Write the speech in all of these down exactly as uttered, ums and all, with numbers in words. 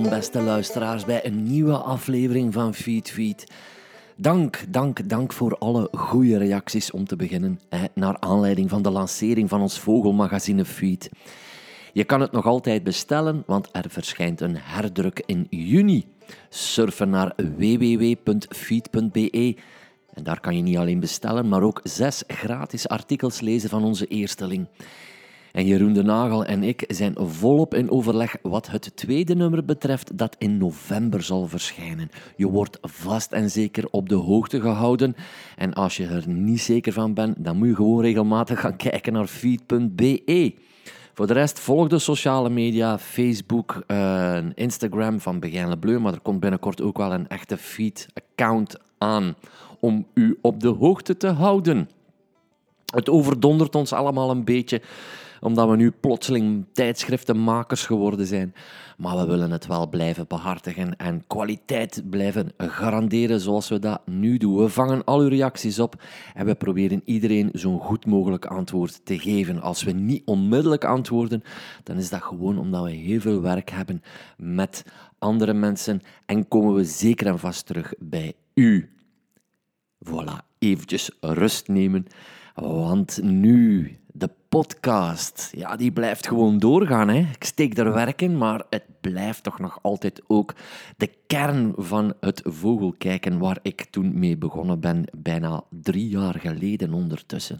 welkom beste luisteraars bij een nieuwe aflevering van Feed Feed. Dank, dank, dank voor alle goede reacties om te beginnen, hè, naar aanleiding van de lancering van ons vogelmagazine Feed. Je kan het nog altijd bestellen, want er verschijnt een herdruk in juni. Surfen naar w w w punt feed punt b e en daar kan je niet alleen bestellen, maar ook zes gratis artikels lezen van onze eersteling. En Jeroen de Nagel en ik zijn volop in overleg wat het tweede nummer betreft dat in november zal verschijnen. Je wordt vast en zeker op de hoogte gehouden. En als je er niet zeker van bent, dan moet je gewoon regelmatig gaan kijken naar feed punt b e. Voor de rest, volg de sociale media, Facebook, uh, Instagram van Begijn Le Bleu, maar er komt binnenkort ook wel een echte Feed-account aan om u op de hoogte te houden. Het overdondert ons allemaal een beetje, omdat we nu plotseling tijdschriftenmakers geworden zijn. Maar we willen het wel blijven behartigen en kwaliteit blijven garanderen zoals we dat nu doen. We vangen al uw reacties op en we proberen iedereen zo'n goed mogelijk antwoord te geven. Als we niet onmiddellijk antwoorden, dan is dat gewoon omdat we heel veel werk hebben met andere mensen en komen we zeker en vast terug bij u. Voilà, eventjes rust nemen, want nu... De podcast, ja, die blijft gewoon doorgaan. Hè. Ik steek er werk in, maar het blijft toch nog altijd ook de kern van het vogelkijken waar ik toen mee begonnen ben, bijna drie jaar geleden ondertussen.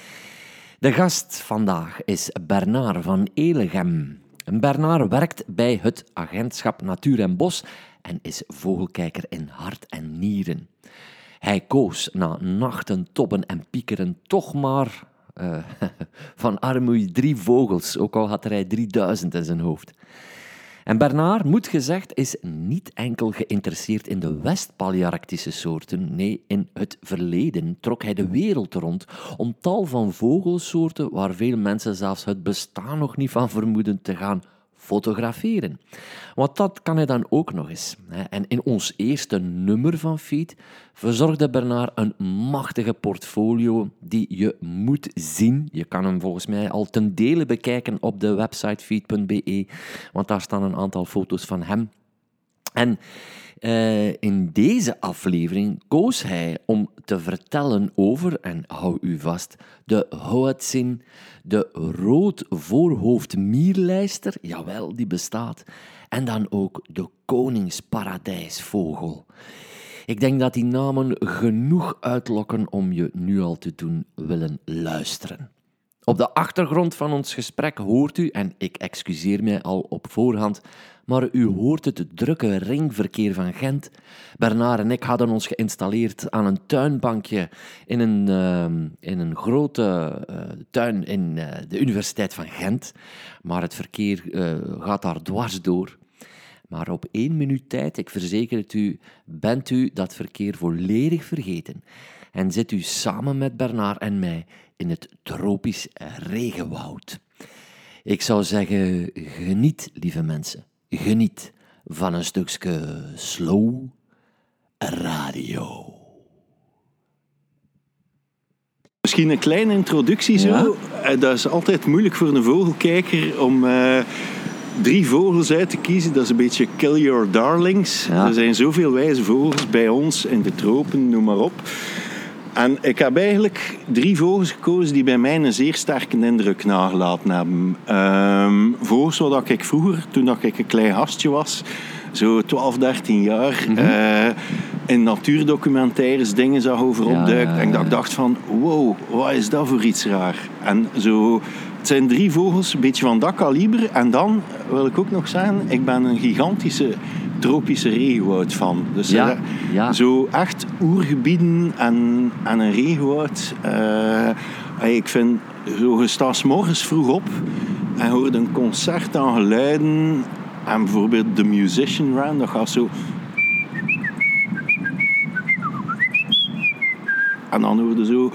De gast vandaag is Bernard van Elegem. Bernard werkt bij het agentschap Natuur en Bos en is vogelkijker in hart en nieren. Hij koos na nachten, tobben en piekeren toch maar... Uh, van armoei drie vogels, ook al had hij drieduizend in zijn hoofd. En Bernard, moet gezegd, is niet enkel geïnteresseerd in de West-Palearctische soorten. Nee, in het verleden trok hij de wereld rond om tal van vogelsoorten waar veel mensen zelfs het bestaan nog niet van vermoeden te gaan fotograferen. Want dat kan hij dan ook nog eens. En in ons eerste nummer van Feed verzorgde Bernard een machtige portfolio die je moet zien. Je kan hem volgens mij al ten dele bekijken op de website feed punt b e, want daar staan een aantal foto's van hem. En uh, in deze aflevering koos hij om te vertellen over, en hou u vast, de hoatzin, de roodvoorhoofdmierlijster, jawel, die bestaat, en dan ook de koningsparadijsvogel. Ik denk dat die namen genoeg uitlokken om je nu al te doen willen luisteren. Op de achtergrond van ons gesprek hoort u, en ik excuseer mij al op voorhand, maar u hoort het drukke ringverkeer van Gent. Bernard en ik hadden ons geïnstalleerd aan een tuinbankje in een, uh, in een grote uh, tuin in uh, de Universiteit van Gent. Maar het verkeer uh, gaat daar dwars door. Maar op één minuut tijd, ik verzeker het u, bent u dat verkeer volledig vergeten. En zit u samen met Bernard en mij in het tropisch regenwoud. Ik zou zeggen, geniet, lieve mensen. Geniet van een stukje slow radio. Misschien een kleine introductie zo. Ja? Dat is altijd moeilijk voor een vogelkijker om uh, drie vogels uit te kiezen. Dat is een beetje kill your darlings. Ja. Er zijn zoveel wijze vogels bij ons in de tropen, noem maar op. En ik heb eigenlijk drie vogels gekozen die bij mij een zeer sterke indruk nagelaten hebben. Um, vogels wat ik vroeger, toen ik een klein gastje was, zo twaalf, dertien jaar, mm-hmm. uh, in natuurdocumentaires dingen zag over opduikt. Ja, ja, ja. En dat ik dacht van, wow, wat is dat voor iets raar? En zo, het zijn drie vogels, een beetje van dat kaliber. En dan wil ik ook nog zeggen, ik ben een gigantische tropische regenwoud van. Dus ja, uh, ja. Zo echt oergebieden en, en een regenwoud. Uh, ik vind, zo, je staat 's morgens vroeg op en hoort een concert aan geluiden. En bijvoorbeeld The Musician Run, dat gaat zo... En dan hoorde zo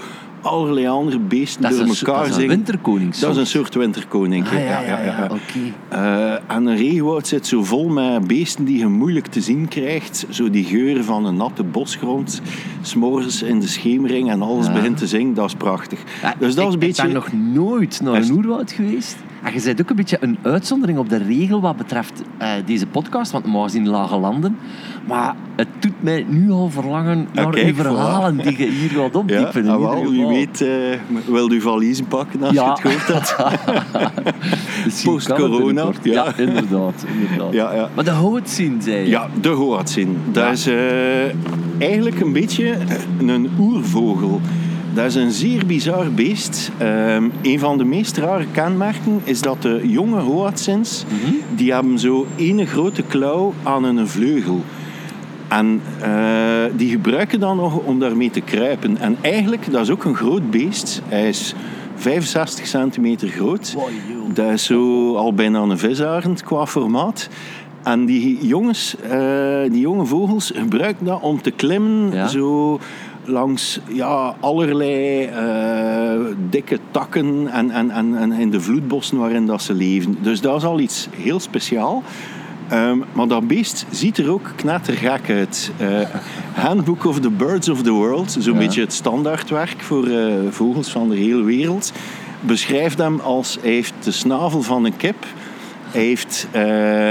allerlei andere beesten dat door een, elkaar dat is een zingen. winterkoning. Dat is een soort winterkoning. Ah, ja, ja, ja, ja. Oké. Okay. Uh, en een regenwoud zit zo vol met beesten die je moeilijk te zien krijgt. Zo die geuren van een natte bosgrond. 's Morgens in de schemering en alles ja. begint te zingen. Dat is prachtig. Ja, dus dat ik, is een beetje... Ik ben nog nooit naar een oerwoud geweest. En je bent ook een beetje een uitzondering op de regel wat betreft uh, deze podcast, want normaal gezien Lage Landen. Maar het doet mij nu al verlangen naar uw verhalen voilà. die je hier wilt opdiepen. Ja, wel, wie weet, uh, wil je valiezen pakken als ja. je het gehoord hebt. Post-corona. Ja. ja, inderdaad. inderdaad. Ja, ja. Maar de Hootzin, zei je? Ja, de Hootzin. Dat ja. is uh, eigenlijk een beetje een oervogel. Dat is een zeer bizar beest. Um, een van de meest rare kenmerken is dat de jonge hoatzins, mm-hmm. die hebben zo ene grote klauw aan hun vleugel. En uh, die gebruiken dan nog om daarmee te kruipen. En eigenlijk, dat is ook een groot beest. Hij is vijfenzestig centimeter groot. Wow, dat is zo al bijna een visarend qua formaat. En die jongens, uh, die jonge vogels gebruiken dat om te klimmen, ja? zo... langs ja, allerlei uh, dikke takken en, en, en, en in de vloedbossen waarin dat ze leven. Dus dat is al iets heel speciaal. Um, maar dat beest ziet er ook knettergek uit. Uh, Handbook of the Birds of the World, zo'n ja. beetje het standaardwerk voor uh, vogels van de hele wereld, beschrijft hem als hij heeft de snavel van een kip, hij heeft... Uh,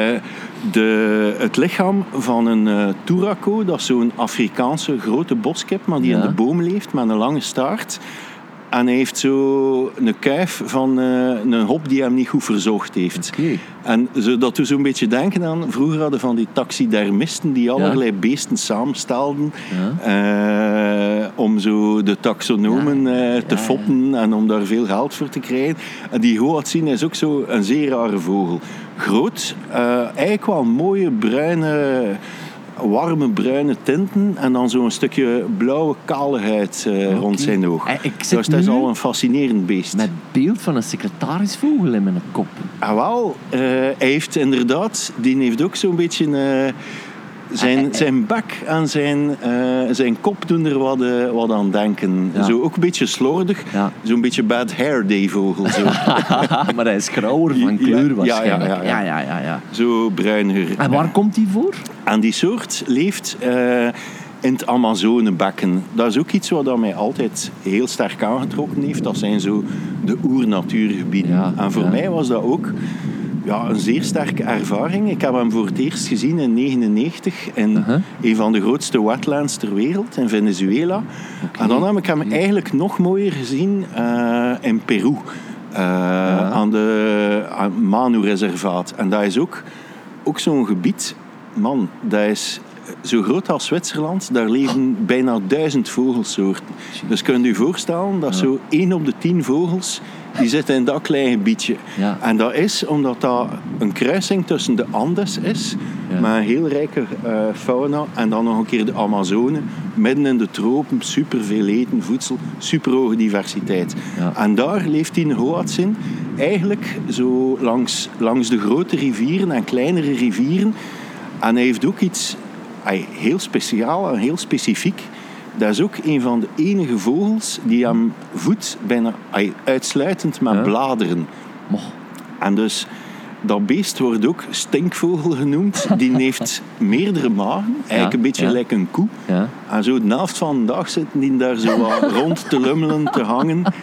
De, het lichaam van een uh, touraco, dat is zo'n Afrikaanse grote boskip, maar die ja. in de bomen leeft met een lange staart. En hij heeft zo een kuif van uh, een hop die hem niet goed verzorgd heeft. Okay. En zo, dat doet zo'n beetje denken aan... Vroeger hadden van die taxidermisten die allerlei ja. beesten samenstelden. Ja. Uh, om zo de taxonomen ja. uh, te ja, foppen ja. en om daar veel geld voor te krijgen. En die Hootzin is ook zo een zeer rare vogel. Groot, uh, eigenlijk wel mooie bruine... warme bruine tinten en dan zo'n stukje blauwe kale huid uh, okay. rond zijn oog. Ik dus dat is al een fascinerend beest. Met beeld van een secretarisvogel in mijn kop. Ah, wel, uh, hij heeft inderdaad, die heeft ook zo'n beetje... Uh, zijn, zijn bek en zijn, uh, zijn kop doen er wat, uh, wat aan denken. Ja. Zo ook een beetje slordig. Ja. Zo'n beetje bad hair day vogel. Zo. Maar hij is grauwer van kleur ja, waarschijnlijk. Ja, ja, ja. ja, ja, ja, ja. Zo bruiner. En waar komt die voor? En die soort leeft uh, in het Amazonebekken. Dat is ook iets wat mij altijd heel sterk aangetrokken heeft. Dat zijn zo de oernatuurgebieden. Ja, en voor ja. mij was dat ook... Ja, een zeer sterke ervaring. Ik heb hem voor het eerst gezien in negentien negenennegentig in uh-huh. een van de grootste wetlands ter wereld, in Venezuela. Okay. En dan heb ik hem eigenlijk nog mooier gezien uh, in Peru, uh, ja. aan de aan Manu-reservaat. En dat is ook, ook zo'n gebied, man, dat is zo groot als Zwitserland. Daar leven bijna duizend vogelsoorten. Dus kun je je voorstellen dat zo één op de tien vogels... die zitten in dat klein gebiedje. Ja. En dat is omdat dat een kruising tussen de Andes is, ja. met een heel rijke uh, fauna, en dan nog een keer de Amazone, midden in de tropen, superveel eten, voedsel, superhoge diversiteit. Ja. En daar leeft die Hootzin eigenlijk zo langs, langs de grote rivieren en kleinere rivieren. En hij heeft ook iets ay, heel speciaal en heel specifiek. Dat is ook een van de enige vogels die hem voedt bijna ay, uitsluitend met ja. bladeren. Moch. En dus dat beest wordt ook stinkvogel genoemd. Die heeft meerdere magen, eigenlijk ja. een beetje ja. gelijk een koe. Ja. En zo de helft van de dag zitten die daar zo wat rond te lummelen, te hangen. Uh,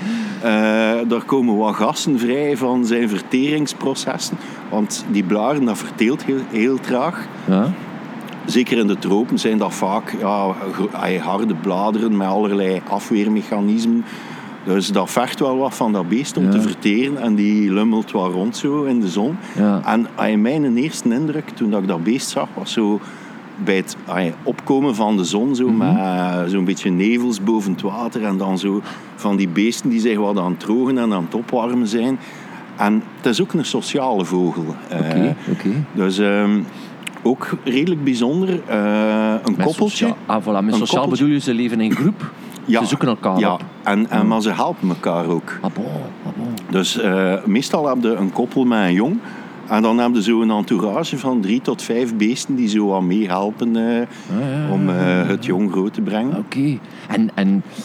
daar komen wat gassen vrij van zijn verteringsprocessen. Want die blaren, dat verteelt heel, heel traag. Ja. Zeker in de tropen zijn dat vaak ja, harde bladeren met allerlei afweermechanismen. Dus dat vergt wel wat van dat beest om ja. te verteren. En die lummelt wat rond zo in de zon. Ja. En ay, mijn eerste indruk toen ik dat beest zag, was zo bij het ay, opkomen van de zon. Zo, mm-hmm. met zo'n beetje nevels boven het water. En dan zo van die beesten die zich wat aan het drogen en aan het opwarmen zijn. En het is ook een sociale vogel. Okay, uh, okay. Dus... Um, ook redelijk bijzonder. Uh, een met koppeltje. Socia- ah, voilà. Met sociaal bedoel je, ze leven in groep. Ja, ze zoeken elkaar ja. op. En, en, maar ze helpen elkaar ook. Ah, bon, ah, bon. Dus uh, meestal heb je een koppel met een jong. En dan heb je zo een entourage van drie tot vijf beesten die zo aan meehelpen uh, ah, ja, ja, ja. om uh, het jong groot te brengen. Oké. Okay. En... en...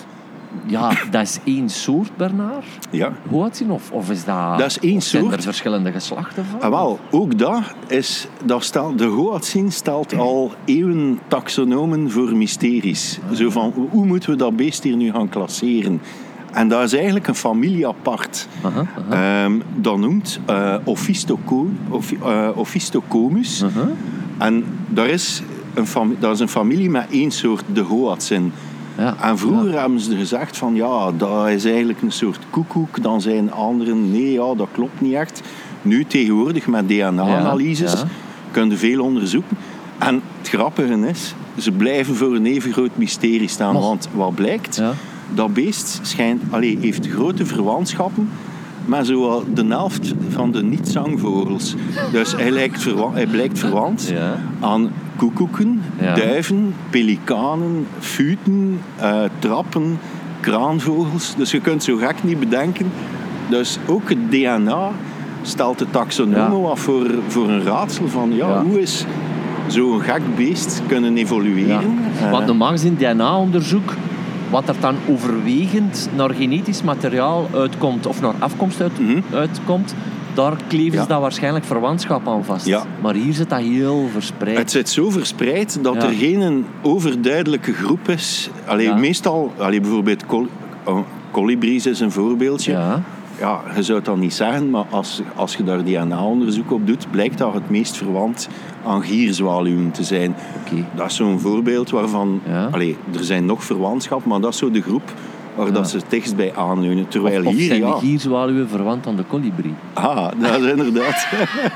ja, dat is één soort, Bernard? Ja. Hoatzin? Of, of is dat... Dat is één of zijn soort. er verschillende geslachten van? Ah, wel, ook dat is... Dat stelt, de Hoatzin stelt al eeuwen taxonomen voor mysteries. Ah. Zo van, hoe moeten we dat beest hier nu gaan klasseren? En dat is eigenlijk een familie apart. Aha, aha. Um, dat noemt uh, Ophistoco, Ophi, uh, Ophistocomus. Aha. En daar is een fami- dat is een familie met één soort, de Hoatzin. Ja, en vroeger ja. hebben ze gezegd van ja, dat is eigenlijk een soort koekoek. Dan zijn anderen, nee, ja, dat klopt niet echt. Nu tegenwoordig met D N A-analyses ja, ja. kun je veel onderzoeken. En het grappige is, ze blijven voor een even groot mysterie staan. Nog. Want wat blijkt, Ja. dat beest schijnt, allee, heeft grote verwantschappen met zo de helft van de niet-zangvogels. Dus hij, lijkt verwa- hij blijkt verwant Ja. aan koekoeken, Ja. duiven, pelikanen, futen, uh, trappen, kraanvogels. Dus je kunt zo gek niet bedenken. Dus ook het D N A stelt de taxonomen Ja. wat voor, voor een raadsel van ja, Ja. hoe is zo'n gek beest kunnen evolueren? Ja. Uh, Want normaal gezien D N A-onderzoek, wat er dan overwegend naar genetisch materiaal uitkomt, of naar afkomst uit, Mhm. uitkomt, daar kleven ze Ja. dat waarschijnlijk verwantschap aan vast. Ja. Maar hier zit dat heel verspreid. Het zit zo verspreid dat Ja. er geen overduidelijke groep is. Allee, Ja. Meestal, allee, bijvoorbeeld col- oh, kolibries is een voorbeeldje. Ja. Ja, je zou dat niet zeggen, maar als, als je daar D N A-onderzoek op doet, blijkt dat het meest verwant aan gierzwaluwen te zijn. Oké. Dat is zo'n voorbeeld waarvan... Ja. Allee, er zijn nog verwantschap, maar dat is zo de groep waar Ja. dat ze het dichtst bij aanleunen. Terwijl Of hier, zijn ja... de gierzwaluwen verwant aan de kolibrie? Ah, dat is inderdaad...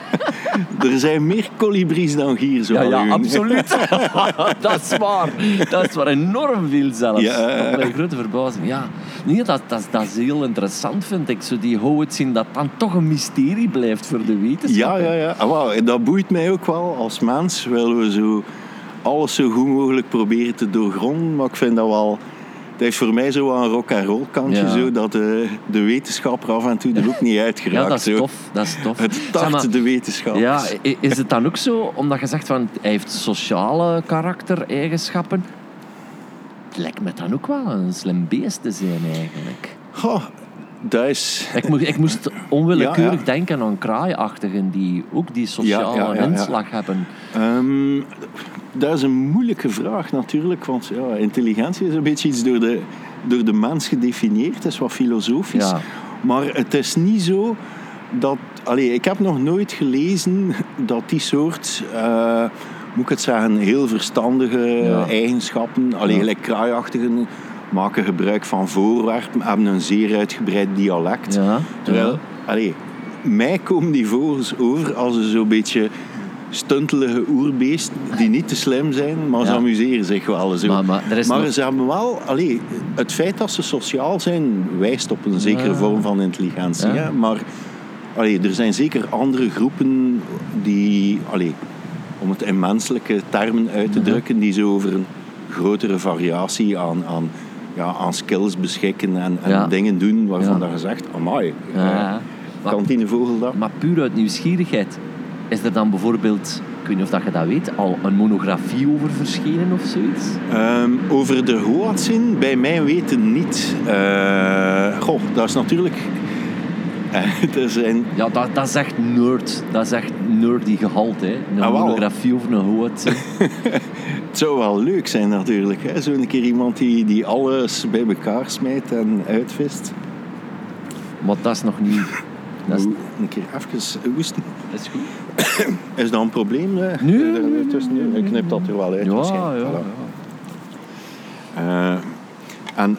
er zijn meer kolibries dan Ja, gierzwaluwen. ja, absoluut. Dat is waar. Dat is waar. Enorm veel zelfs. Ja, ja, ja. Tot mijn grote verbazing. Ja. Nee, dat, dat, dat is heel interessant, vind ik. Zo die Hoatzin, dat dan toch een mysterie blijft voor de wetenschap. Ja, ja, ja. Ah, wel, en dat boeit mij ook wel. Als mens willen we zo alles zo goed mogelijk proberen te doorgronden. Maar ik vind dat wel... Het heeft voor mij zo een rock-and-roll kantje. Ja. Zo, dat de, de wetenschapper af en toe er ook niet uit geraakt. Ja, dat is zo. tof. Dat is tof. Het Zeg tart maar, de wetenschappers. ja, i- is het dan ook zo, omdat je zegt van hij heeft sociale karaktereigenschappen, het lijkt me dan ook wel een slim beest te zijn eigenlijk. Goh, dat is... Ik, mo- ik moest onwillekeurig Ja, ja. denken aan kraaiachtigen die ook die sociale Ja, ja, ja, ja. inslag hebben. Ehm, dat is een moeilijke vraag natuurlijk. Want ja, intelligentie is een beetje iets door de, door de mens gedefinieerd. Het is wat filosofisch. Ja. Maar het is niet zo dat... Allee, ik heb nog nooit gelezen dat die soort... Uh, moet ik het zeggen, heel verstandige Ja. eigenschappen... Allee, Ja. gelijk kraaiachtigen maken gebruik van voorwerpen, hebben een zeer uitgebreid dialect. Ja, Terwijl, ja. allee, mij komen die vogels over als een zo'n beetje stuntelige oerbeesten die niet te slim zijn, maar ze Ja. amuseren zich wel. Zo. Maar- maar er is nog- ze hebben wel... Allee, het feit dat ze sociaal zijn, wijst op een zekere Ja. vorm van intelligentie. Ja. Hè? Maar allee, er zijn zeker andere groepen die... Allee, om het in menselijke termen uit te Mhm. drukken, die zo over een grotere variatie aan... aan ja, aan skills beschikken en, en Ja. dingen doen waarvan Ja. dat je zegt, amai, Ja, eh, ja. Maar- kantinevogel dat. Maar puur uit nieuwsgierigheid, is er dan bijvoorbeeld, ik weet niet of dat je dat weet, al een monografie over verschenen of zoiets? Um, over de Hoatzin, bij mijn weten niet. Uh, goh, dat is natuurlijk... er zijn... Ja, dat, dat is echt nerd. Dat is echt nerdy gehalte, hè. Een Ah, wel. monografie over een Hoatzin. Het zou wel leuk zijn natuurlijk. Hè? Zo'n keer iemand die, die alles bij elkaar smijt en uitvist. Maar dat is nog niet... Dat is, Oeh, een keer even hoesten. dat is goed. Is dat een probleem? Hè? Nee, Er- nee, nee, tussen- nee, nee. Ik knip dat er wel uit. Ja, waarschijnlijk. ja, Voilà. ja. Uh, en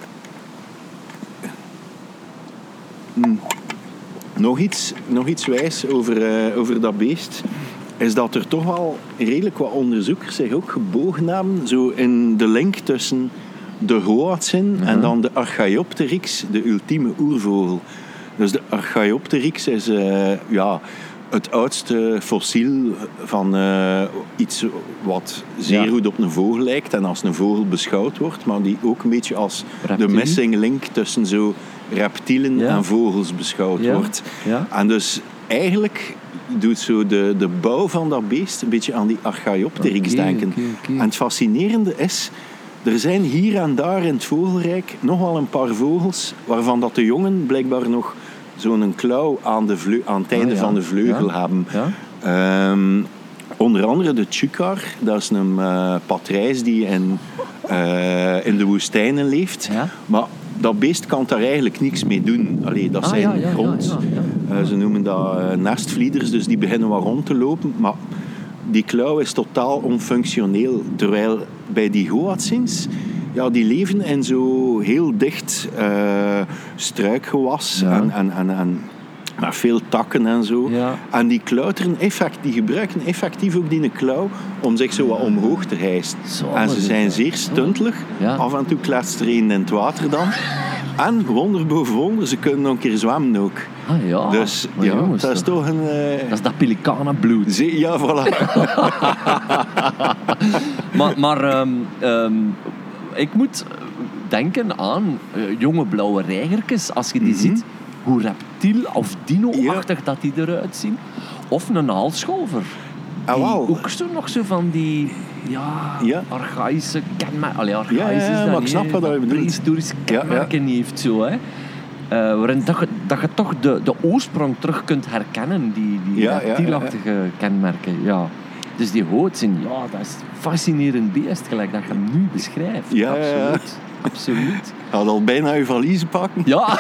mm, nog, iets, nog iets wijs over, uh, over dat beest is dat er toch wel redelijk wat onderzoekers zich ook gebogen hebben zo in de link tussen de Hoatzin Ja. en dan de Archaeopteryx, de ultieme oervogel. Dus de Archaeopteryx is uh, ja, het oudste fossiel van uh, iets wat zeer Ja. goed op een vogel lijkt en als een vogel beschouwd wordt, maar die ook een beetje als Reptiel. de missing link tussen zo reptielen Ja. en vogels beschouwd Ja. wordt. Ja. En dus eigenlijk doet zo de, de bouw van dat beest een beetje aan die Archaeopteryx Oké, denken. oké, oké. En het fascinerende is er zijn hier en daar in het vogelrijk nog wel een paar vogels waarvan dat de jongen blijkbaar nog zo'n klauw aan, de vleu- aan het einde ah, ja. van de vleugel ja. hebben. Ja. Um, onder andere de tjukar, dat is een uh, patrijs die in, uh, in de woestijnen leeft. Ja. Maar dat beest kan daar eigenlijk niks mee doen. Allee, dat ah, zijn ja, ja, grond. Ja, ja, ja. Uh, ze noemen dat uh, nestvlieders, dus die beginnen wat rond te lopen. Maar die klauw is totaal onfunctioneel. Terwijl bij die goatsins, ja, die leven in zo heel dicht uh, struikgewas ja. en, en, en, en met veel takken en zo. Ja. En die klauteren effect, die gebruiken effectief ook die klauw om zich zo wat omhoog te hijsen. Zo, en ze zijn zeer stuntelig. Ja. Af en toe kletst er een in het water dan. En wonder boven wonder, ze kunnen nog een keer zwemmen ook. Ah ja, dus ja, jongens, dat is toch een... Uh... Dat is dat pelikanenbloed. Zee, ja, voilà. maar maar um, um, ik moet denken aan uh, jonge blauwe reigertjes. Als je die mm-hmm. ziet, hoe reptiel of dino-achtig ja. dat die eruit zien. Of een haalscholver. Die oh, wow. ook zo nog zo van die... Ja, ja. archaïsche kenmerken. Allee, archaïs ja, ja, ja, is dat maar ik snap wat je bedoelt. Prehistorische kenmerken ja, ja. heeft zo, hè. Uh, waarin dat je, dat je toch de, de oorsprong terug kunt herkennen, die, die ja, reptielachtige ja, ja, ja. kenmerken. Ja. Dus die hootzin, ja, dat is fascinerend beest, gelijk dat je hem nu beschrijft. Ja, absoluut. Ja, ja. Absoluut. Je had al bijna je valiezen pakken. Ja.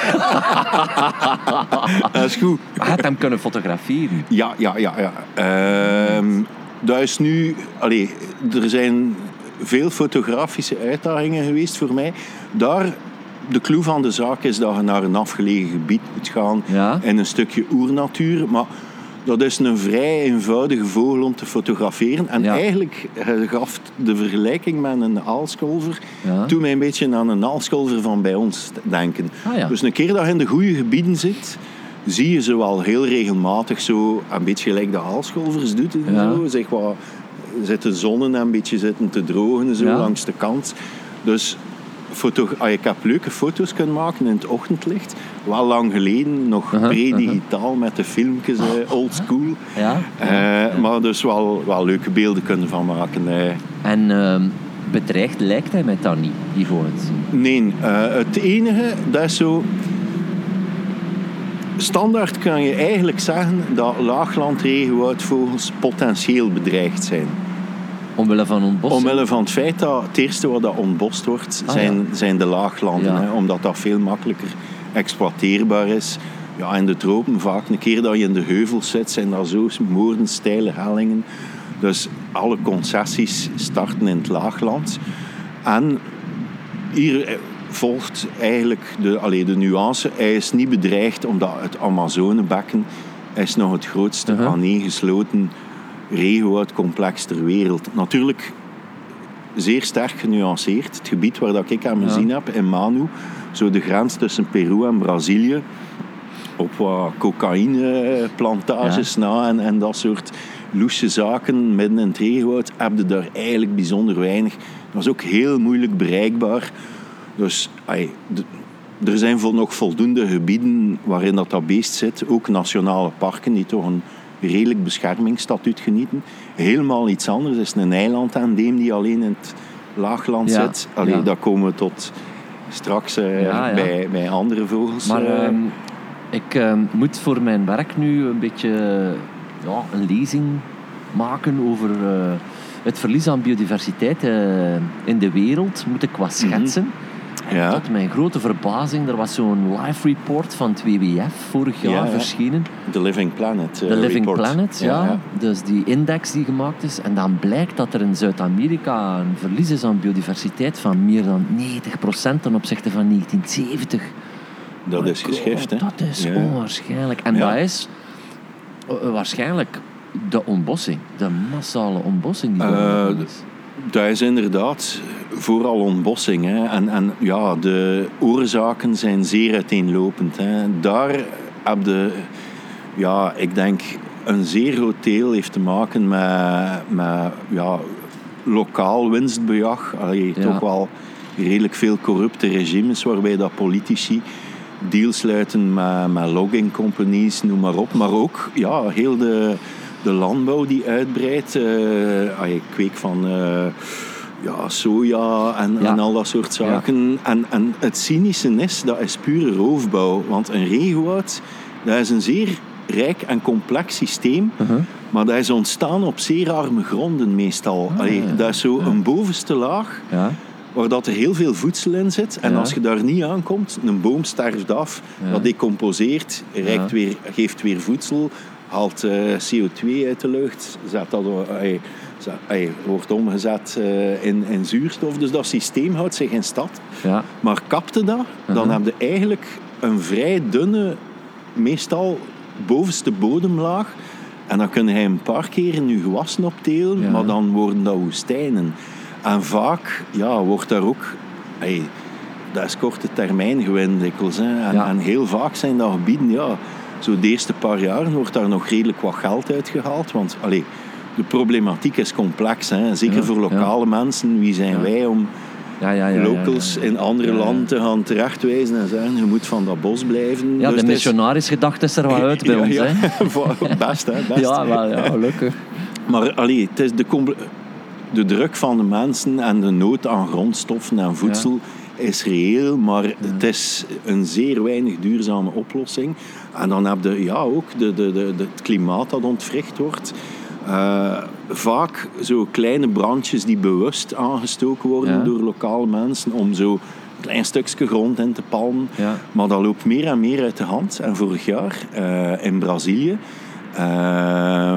Dat is goed. Maar je hebt hem kunnen fotograferen. Ja, ja, ja. ja. Uh, dat is nu... Allee, er zijn veel fotografische uitdagingen geweest voor mij. Daar... De clue van de zaak is dat je naar een afgelegen gebied moet gaan ja. in een stukje oernatuur. Maar dat is een vrij eenvoudige vogel om te fotograferen. En ja. eigenlijk gaf de vergelijking met een aalscholver ja. toen mij een beetje aan een aalscholver van bij ons denken. Ah, ja. Dus een keer dat je in de goede gebieden zit, zie je ze wel heel regelmatig zo een beetje gelijk de aalscholvers doet. En ja. zo. Zeg wat, zitten zonnen en een beetje zitten te drogen zo, ja. langs de kant. Dus... Foto, ah, ik heb leuke foto's kunnen maken in het ochtendlicht. Wel lang geleden, nog uh-huh, pre-digitaal uh-huh. met de filmpjes, uh, old school. Ja, uh, ja. Maar dus wel, wel leuke beelden kunnen van maken. Uh. En uh, bedreigd lijkt hij met dat niet, die goots? Nee, uh, het enige, dat is zo... Standaard kan je eigenlijk zeggen dat laaglandregenwoudvogels potentieel bedreigd zijn. Omwille van ontbossing? Omwille van het feit dat het eerste wat dat ontbost wordt, ah, zijn, ja. zijn de laaglanden. Ja. Hè, omdat dat veel makkelijker exploiteerbaar is. Ja, in de tropen vaak, een keer dat je in de heuvels zit, zijn dat zo moordsteile hellingen. Dus alle concessies starten in het laagland. En hier volgt eigenlijk de, allez, de nuance. Hij is niet bedreigd omdat het Amazonebekken is nog het grootste uh-huh. aaneengesloten regenwoudcomplex ter wereld. Natuurlijk zeer sterk genuanceerd. Het gebied waar dat ik aan me ja. zien heb, in Manu, zo de grens tussen Peru en Brazilië, op wat cocaïneplantages ja. na en, en dat soort loesje zaken midden in het regenwoud, heb je daar eigenlijk bijzonder weinig. Dat is ook heel moeilijk bereikbaar. Dus ay, de, er zijn nog voldoende gebieden waarin dat, dat beest zit, ook nationale parken die toch een redelijk beschermingsstatuut genieten. Helemaal iets anders. Het is een eilandendeem die alleen in het laagland ja, zit. Allee, ja. Daar komen we tot straks uh, ja, ja. Bij, bij andere vogels. Maar uh, uh, ik uh, moet voor mijn werk nu een beetje uh, ja, een lezing maken over uh, het verlies aan biodiversiteit uh, in de wereld. Moet ik wat schetsen. Mm-hmm. Ja. Tot mijn grote verbazing, er was zo'n live report van het W W F vorig jaar ja, ja. verschenen. The Living Planet. Uh, The Living report. Planet, ja. Ja, ja. Dus die index die gemaakt is. En dan blijkt dat er in Zuid-Amerika een verlies is aan biodiversiteit van meer dan negentig procent ten opzichte van negentien zeventig. Dat is geschift, hè? Dat is ja. onwaarschijnlijk. En ja. dat is uh, waarschijnlijk de ontbossing. De massale ontbossing die uh, is. Dat is inderdaad vooral ontbossing. Hè. En, en ja, de oorzaken zijn zeer uiteenlopend. Hè. Daar heb je, ja, ik denk, een zeer groot deel heeft te maken met, met ja, lokaal winstbejag. Allee, ja. Toch wel redelijk veel corrupte regimes waarbij dat politici deals sluiten met, met logging companies, noem maar op. Maar ook ja, heel de... De landbouw die uitbreidt, uh, ah, ik kweek van uh, ja, soja en, ja. en al dat soort zaken. Ja. En, en het cynische is, dat is pure roofbouw. Want een regenwoud, dat is een zeer rijk en complex systeem. Uh-huh. Maar dat is ontstaan op zeer arme gronden meestal. Ah, Allee, ja. Dat is zo ja. een bovenste laag... Ja. waar dat er heel veel voedsel in zit. En ja. als je daar niet aankomt, een boom sterft af, ja. dat decomposeert, rijkt ja. weer, geeft weer voedsel, haalt uh, C O twee uit de lucht, zet dat, uh, zet, uh, wordt omgezet uh, in, in zuurstof. Dus dat systeem houdt zich in stand. Ja. Maar kapte dat, uh-huh. dan heb je eigenlijk een vrij dunne, meestal bovenste bodemlaag. En dan kun je een paar keer je gewassen optelen, ja. maar dan worden dat woestijnen. En vaak ja, wordt daar ook... Hey, dat is korte termijn gewin dikwijls. Hè. En, ja. en heel vaak zijn dat gebieden... Ja, zo de eerste paar jaren wordt daar nog redelijk wat geld uitgehaald. Want allee, de problematiek is complex. Hè. Zeker ja, voor lokale ja. mensen. Wie zijn ja. wij om ja, ja, ja, locals ja, ja, ja. in andere ja, ja. landen te gaan terechtwijzen en zeggen... Je moet van dat bos blijven. Ja, dus de missionarisgedachte is er wel uit bij ja, ons. Ja, hè. Best, hè. Best. Ja, wel, ja, gelukkig. Maar allee, het is de... Compl- De druk van de mensen en de nood aan grondstoffen en voedsel ja. is reëel, maar ja. het is een zeer weinig duurzame oplossing. En dan heb je ja, ook de, de, de, de, het klimaat dat ontwricht wordt. Uh, vaak zo kleine brandjes die bewust aangestoken worden ja. door lokale mensen om zo een klein stukje grond in te palmen. Ja. Maar dat loopt meer en meer uit de hand. En vorig jaar uh, in Brazilië... Uh,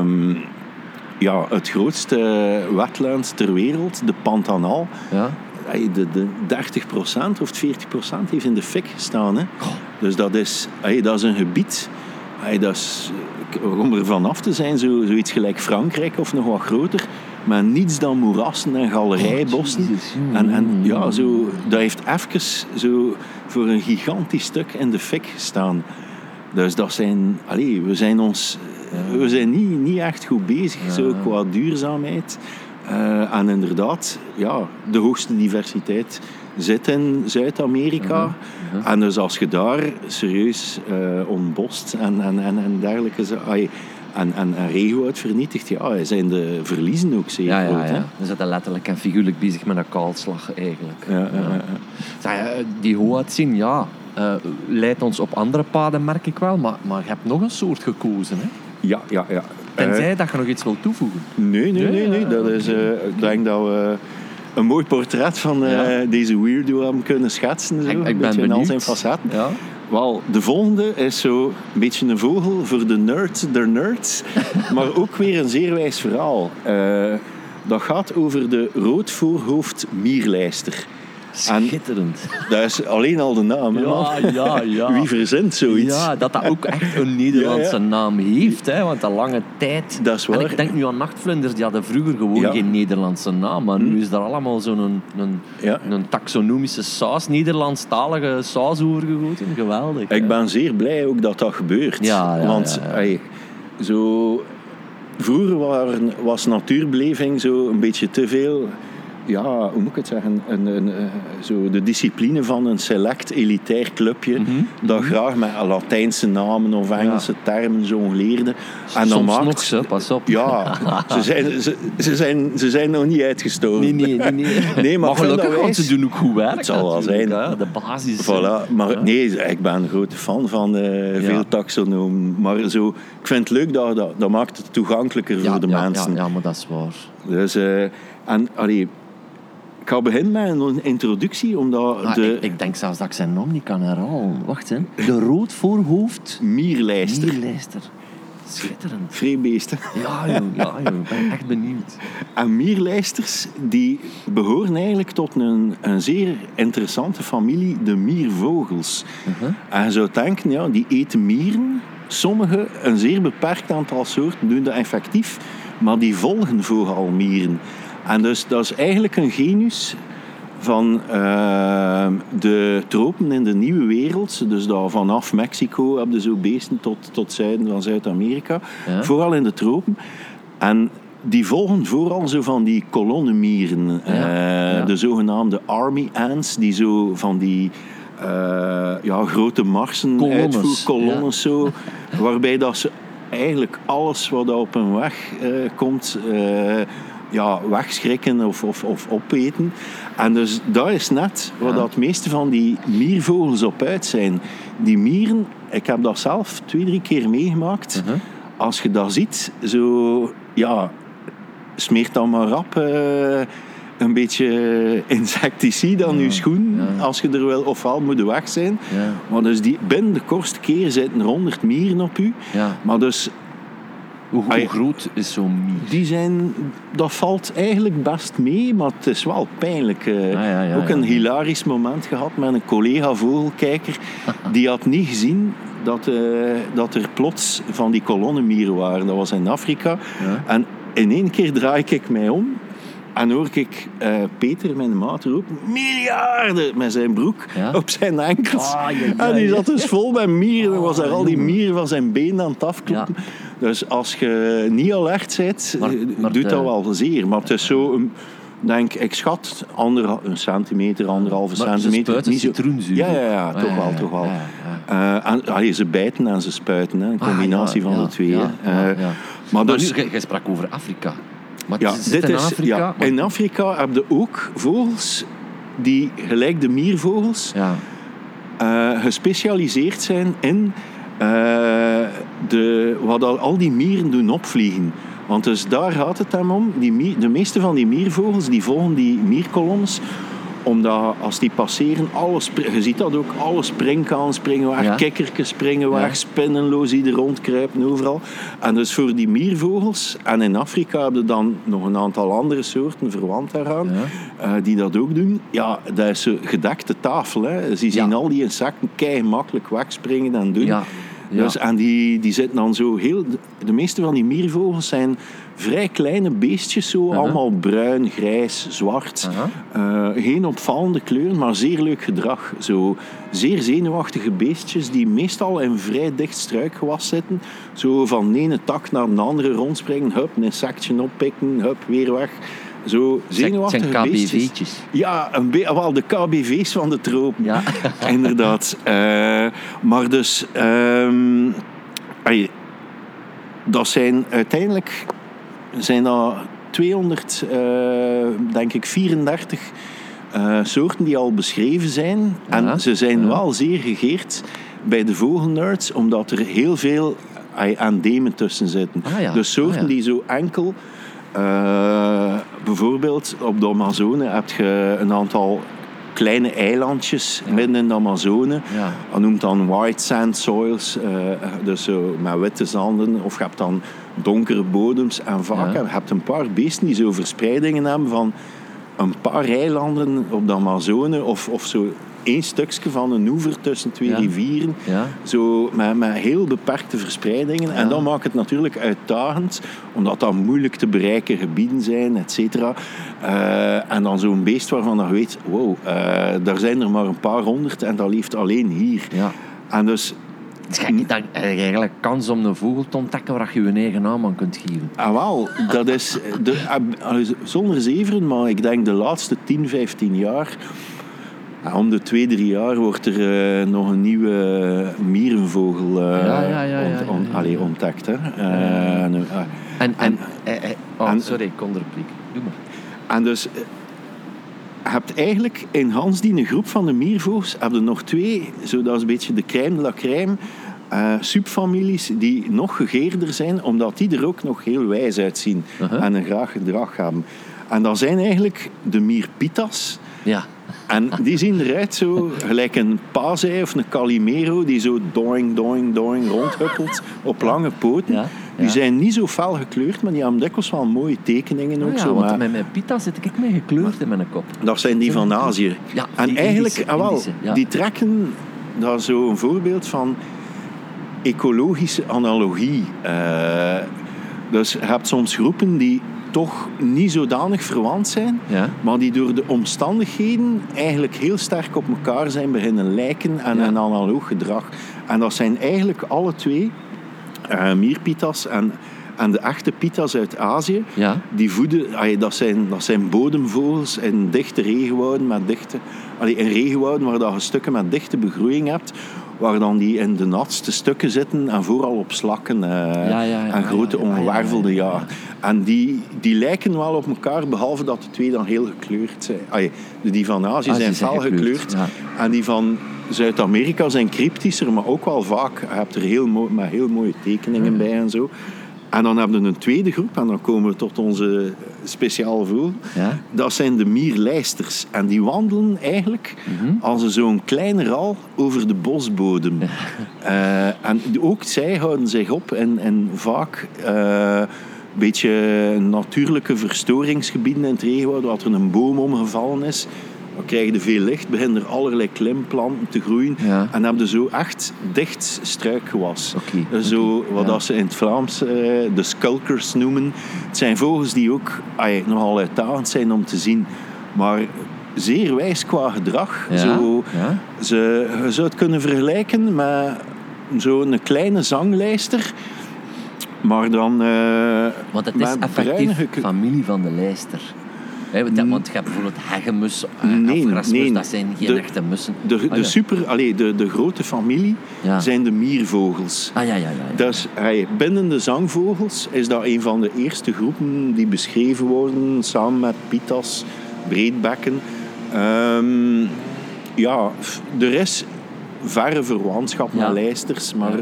Ja, het grootste wetland ter wereld, de Pantanal, ja. de, de dertig procent of veertig procent heeft in de fik gestaan. Hè. Oh. Dus dat is, dat is een gebied, dat is, om er vanaf te zijn, zo, zoiets gelijk Frankrijk of nog wat groter, maar niets dan moerassen en galerijbossen. Oh, en, en ja, zo, dat heeft even zo voor een gigantisch stuk in de fik gestaan. Dus dat zijn, allez, we zijn ons... We zijn niet, niet echt goed bezig ja. zo, qua duurzaamheid. Uh, en inderdaad, ja, de hoogste diversiteit zit in Zuid-Amerika. Uh-huh. Uh-huh. En dus als je daar serieus uh, ontbost en, en, en, en dergelijke... Ay, en, en, en regenwoud vernietigt, ja, zijn de verliezen ook zeer ja, groot. Ja, ja. We zitten letterlijk en figuurlijk bezig met een kaalslag eigenlijk. Ja, ja. Ja, ja. Zeg, die hoatzin, ja, uh, leidt ons op andere paden, merk ik wel. Maar, maar je hebt nog een soort gekozen, hè? Ja, ja, ja. Tenzij uh, dat je nog iets wilt toevoegen. Nee, nee, nee. nee. Dat is, uh, ik denk dat we een mooi portret van uh, ja. deze weirdo hebben kunnen schetsen. Zo. Ik, ik een ben beetje benieuwd. in al zijn facetten. Ja. Wel, de volgende is zo een beetje een vogel voor de nerds der nerds. Maar ook weer een zeer wijs verhaal. Uh, dat gaat over de roodvoorhoofd mierlijster. Schitterend. En dat is alleen al de naam. Ja, ja, ja. Wie verzint zoiets? Ja, dat dat ook echt een Nederlandse ja, ja. naam heeft. Hè, want een lange tijd... Dat is waar. En ik denk nu aan nachtvlinders, die hadden vroeger gewoon ja. geen Nederlandse naam. Maar hm. nu is er allemaal zo'n een, een, ja. een taxonomische saus, Nederlandstalige saus overgegoten. Geweldig. Ik ja. ben zeer blij ook dat dat gebeurt. Ja, ja, want ja, ja. Hey, zo... Vroeger waren, was natuurbeleving zo een beetje te veel... Ja, hoe moet ik het zeggen? Een, een, een, zo de discipline van een select elitair clubje mm-hmm. dat graag met Latijnse namen of Engelse ja. termen jongleerde. En dan maakt, nog zo, pas op. Ja, ze zijn, ze, ze, zijn, ze zijn nog niet uitgestorven. Nee, nee, nee. nee. nee maar maar gelukkig, want ze doen ook goed werk. Het zal wel zijn. Ja, de basis. Voilà. Maar ja. nee, ik ben een grote fan van uh, veel ja. taxonomen. Maar zo, ik vind het leuk dat dat, dat maakt het toegankelijker ja, voor de ja, mensen. Ja, ja, maar dat is waar. Dus, uh, en, allee, ik ga beginnen met een introductie, omdat ah, de... Ik, ik denk zelfs dat ik zijn naam niet kan herhalen. Wacht, hè. De roodvoorhoofd... Mierlijster. Mierlijster. Schitterend. Vreemdbeesten. Ja, joh, ja, joh. Ik ben echt benieuwd. En mierlijsters, die behoren eigenlijk tot een, een zeer interessante familie, de miervogels. Uh-huh. En je zou denken, ja, die eten mieren. Sommige, een zeer beperkt aantal soorten, doen dat effectief, maar die volgen vooral mieren. En dus dat is eigenlijk een genus van uh, de tropen in de nieuwe wereld. Dus dat vanaf Mexico heb je zo beesten tot, tot zuiden van Zuid-Amerika. Ja. Vooral in de tropen. En die volgen vooral zo van die kolonnemieren. Ja. Uh, ja. De zogenaamde army ants, die zo van die uh, ja, grote marsen uitvoeren, kolonnes ja. zo. Waarbij dat ze eigenlijk alles wat op hun weg uh, komt... Uh, ja, wegschrikken of, of, of opeten. En dus dat is net waar Ja. dat het meeste van die miervogels op uit zijn. Die mieren, ik heb dat zelf twee, drie keer meegemaakt. Uh-huh. Als je dat ziet, zo, ja, smeert dan maar rap uh, een beetje insecticide aan Ja, je schoen, ja. als je er wil, ofwel moet je weg zijn. Ja. Maar dus die, binnen de kortste keer zitten er honderd mieren op u. Ja. Maar dus, Hoe, hoe Ai. groot is zo'n mier? die zijn, dat valt eigenlijk best mee, maar het is wel pijnlijk. Uh, ja, ja, ook ja, een ja. hilarisch moment gehad met een collega vogelkijker. Die had niet gezien dat, uh, dat er plots van die kolonnenmieren waren. Dat was in Afrika. Ja. En in één keer draai ik mij om en hoor ik uh, Peter, mijn maat, roepen: miljarden! Met zijn broek Ja? op zijn enkels. Ah, ja, ja, En die ja. zat dus vol met mieren. Er was Ah, er al die jongen. mieren van zijn benen aan het afkloppen. Dus als je niet alert bent, Maar- eh, maar doet de- dat wel zeer. Maar het is zo, een, denk ik, schat anderha- een centimeter, anderhalve Maar ze centimeter. spuiten Niet zo- citroenzuur. Ja, ja, ja, Ah, toch ja, wel, ja, toch wel. ja, ja. Eh, en, allee, ze bijten en ze spuiten, hè. Een Ah, combinatie ja, van ja, de twee. ja, hè. ja, Eh, ja. Maar Maar dus, nu, jij- jij sprak over Afrika. Maar ja, het zit dit in is, Afrika. ja, maar- in Afrika heb je ook vogels die, gelijk de miervogels, Ja. uh, gespecialiseerd zijn in uh, de, wat al, al die mieren doen opvliegen. Want dus daar gaat het hem om. Die mier, de meeste van die miervogels die volgen die mierkolonnes, omdat als die passeren, alles, je ziet dat ook, alle springkanen springen weg, Ja. kikkertjes springen weg, Ja. spinnenloos die er rondkruipen overal. En dus voor die miervogels, en in Afrika hebben we dan nog een aantal andere soorten verwant daaraan, Ja. uh, die dat ook doen. Ja, dat is zo gedekte tafel. Hè. Ze zien Ja. al die insecten kei makkelijk wegspringen en doen. Ja. Ja. Dus, en die, die zitten dan zo heel... De meeste van die miervogels zijn vrij kleine beestjes, zo, Uh-huh. allemaal bruin, grijs, zwart. Uh-huh. Uh, geen opvallende kleuren, maar zeer leuk gedrag. Zo, zeer zenuwachtige beestjes die meestal in vrij dicht struikgewas zitten. Zo van de ene tak naar de andere rondspringen, hup, een insectje oppikken, hup, weer weg. Zo zenuwachtige Het zijn beestjes. K B V'tjes. Ja, een be- wel de K B V's van de tropen. Ja. Inderdaad. Uh, maar dus... Um, ay, dat zijn uiteindelijk... Zijn dat tweehonderd, uh, denk ik, vierendertig uh, soorten die al beschreven zijn. Ja. En ze zijn Ja. wel zeer gegeerd bij de vogelnerds, omdat er heel veel ay, endemen tussen zitten. Ah, ja. Dus soorten Ah, ja. die zo enkel... Uh, bijvoorbeeld op de Amazone heb je een aantal kleine eilandjes Ja. midden in de Amazone. Ja. Dat noemt dan white sand soils, uh, dus zo met witte zanden. Of je hebt dan donkere bodems. En vaak Ja. heb je hebt een paar beesten die zo verspreidingen hebben van een paar eilanden op de Amazone. Of, of zo één stukje van een oever tussen twee Ja. rivieren. Ja. Zo met, met heel beperkte verspreidingen. Ja. En dat maakt het natuurlijk uitdagend, omdat dat moeilijk te bereiken gebieden zijn, et cetera. Uh, en dan zo'n beest waarvan je weet, wow, uh, daar zijn er maar een paar honderd en dat leeft alleen hier. Ja. En dus... Dus je hebt dan eigenlijk kans om een vogel te ontdekken waar je je eigen naam aan kunt geven. Ah, wel, dat is... De, uh, zonder zeveren, maar ik denk de laatste tien, vijftien jaar... Om de twee, drie jaar wordt er uh, nog een nieuwe mierenvogel uh, ja, ja, ja, ja, ont, on, ja, ja. allee, ontdekt. Hè. Uh, Ja. en, uh, En, en, En- eh, eh, oh, en- sorry, ik kon de repliek. Doe maar. en dus... uh, Je hebt eigenlijk in Hans die groep van de miervogels heb je nog twee, zo dat is een beetje de crème de la crème, uh, subfamilies die nog gegeerder zijn, omdat die er ook nog heel wijs uitzien Uh-huh. en een graag gedrag hebben. En dat zijn eigenlijk de mierpitas. Ja. En die zien eruit zo gelijk een paasei of een calimero die zo doing, doing, doing rondhuppelt op lange poten. Ja, Die ja. zijn niet zo fel gekleurd, maar die hebben dikwijls wel mooie tekeningen ook. Oh ja, zo, want maar met mijn pita zit ik mee gekleurd in mijn kop. dat zijn die van Azië. Ja, En die eigenlijk, Indische, ah, wel, Indische, ja. die trekken, dat is zo een voorbeeld van ecologische analogie. Uh, dus je hebt soms groepen die toch niet zodanig verwant zijn, Ja. maar die door de omstandigheden eigenlijk heel sterk op elkaar zijn beginnen lijken en Ja. een analoog gedrag. En dat zijn eigenlijk alle twee uh, mierpitas en, en de echte pitas uit Azië. Ja. Die voeden, ay, dat, zijn, dat zijn bodemvogels in dichte regenwouden met dichte allee, in regenwouden waar je stukken met dichte begroeiing hebt, waar dan die in de natste stukken zitten en vooral op slakken uh, ja, ja, ja, en grote ja, ja, ongewervelde ja, ja, ja. ja. En die, die lijken wel op elkaar, behalve dat de twee dan heel gekleurd zijn. Allee, die van Azië ah, zijn fel gekleurd, gekleurd ja. En die van Zuid-Amerika zijn cryptischer, maar ook wel vaak. Je hebt er heel mooi, met heel mooie tekeningen ja. bij en zo. En dan hebben we een tweede groep, en dan komen we tot onze speciale vogel. Ja? Dat zijn de mierlijsters. En die wandelen eigenlijk mm-hmm. als zo'n kleine ral over de bosbodem. Ja. Uh, en ook zij houden zich op en, en vaak uh, een beetje natuurlijke verstoringsgebieden in het regenwoud, waar er een boom omgevallen is. Dan krijg je veel licht, beginnen er allerlei klimplanten te groeien. Ja. En dan heb je zo echt dicht struikgewas. Okay. Zo, okay. Wat ja. ze in het Vlaams uh, de skulkers noemen. Het zijn vogels die ook ay, nogal uitdagend zijn om te zien. Maar zeer wijs qua gedrag. Ja. Zo, ja. Ze, je zou het kunnen vergelijken met zo'n kleine zanglijster. Maar dan... Uh, Want het is effectief bruinige... familie van de lijster. Want je hebt bijvoorbeeld hegemus, nee, grasmus, nee. Dat zijn geen de, echte mussen. De, de, oh, ja. super, allee, de, de grote familie ja. zijn de miervogels. Ah, ja, ja, ja, ja. Dus hey, binnen de zangvogels is dat een van de eerste groepen die beschreven worden, samen met pitas, breedbekken. Um, ja, er is verre verwantschap ja. met lijsters, maar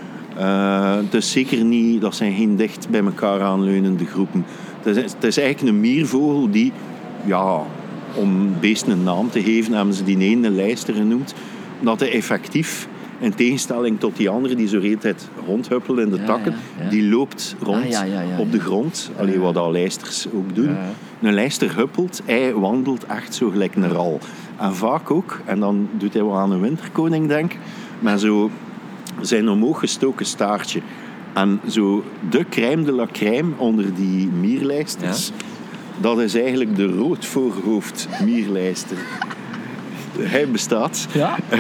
uh, het is zeker niet, dat zijn geen dicht bij elkaar aanleunende groepen. Het is, het is eigenlijk een miervogel die, ja, om beesten een naam te geven, hebben ze die ene lijster genoemd, dat hij effectief, in tegenstelling tot die andere die zo de hele tijd rondhuppelen in de ja, takken, ja, ja. die loopt rond ah, ja, ja, ja, op de grond. Ja. Allee, wat al lijsters ook doen. Ja, ja. Een lijster huppelt, hij wandelt echt zo gelijk een ral. En vaak ook, en dan doet hij wel aan een winterkoning, denk ik, met zo zijn omhoog gestoken staartje. En zo de crème de la crème onder die mierlijsters, ja. dat is eigenlijk de roodvoorhoofd mierlijster. Hij bestaat. Ja. Uh,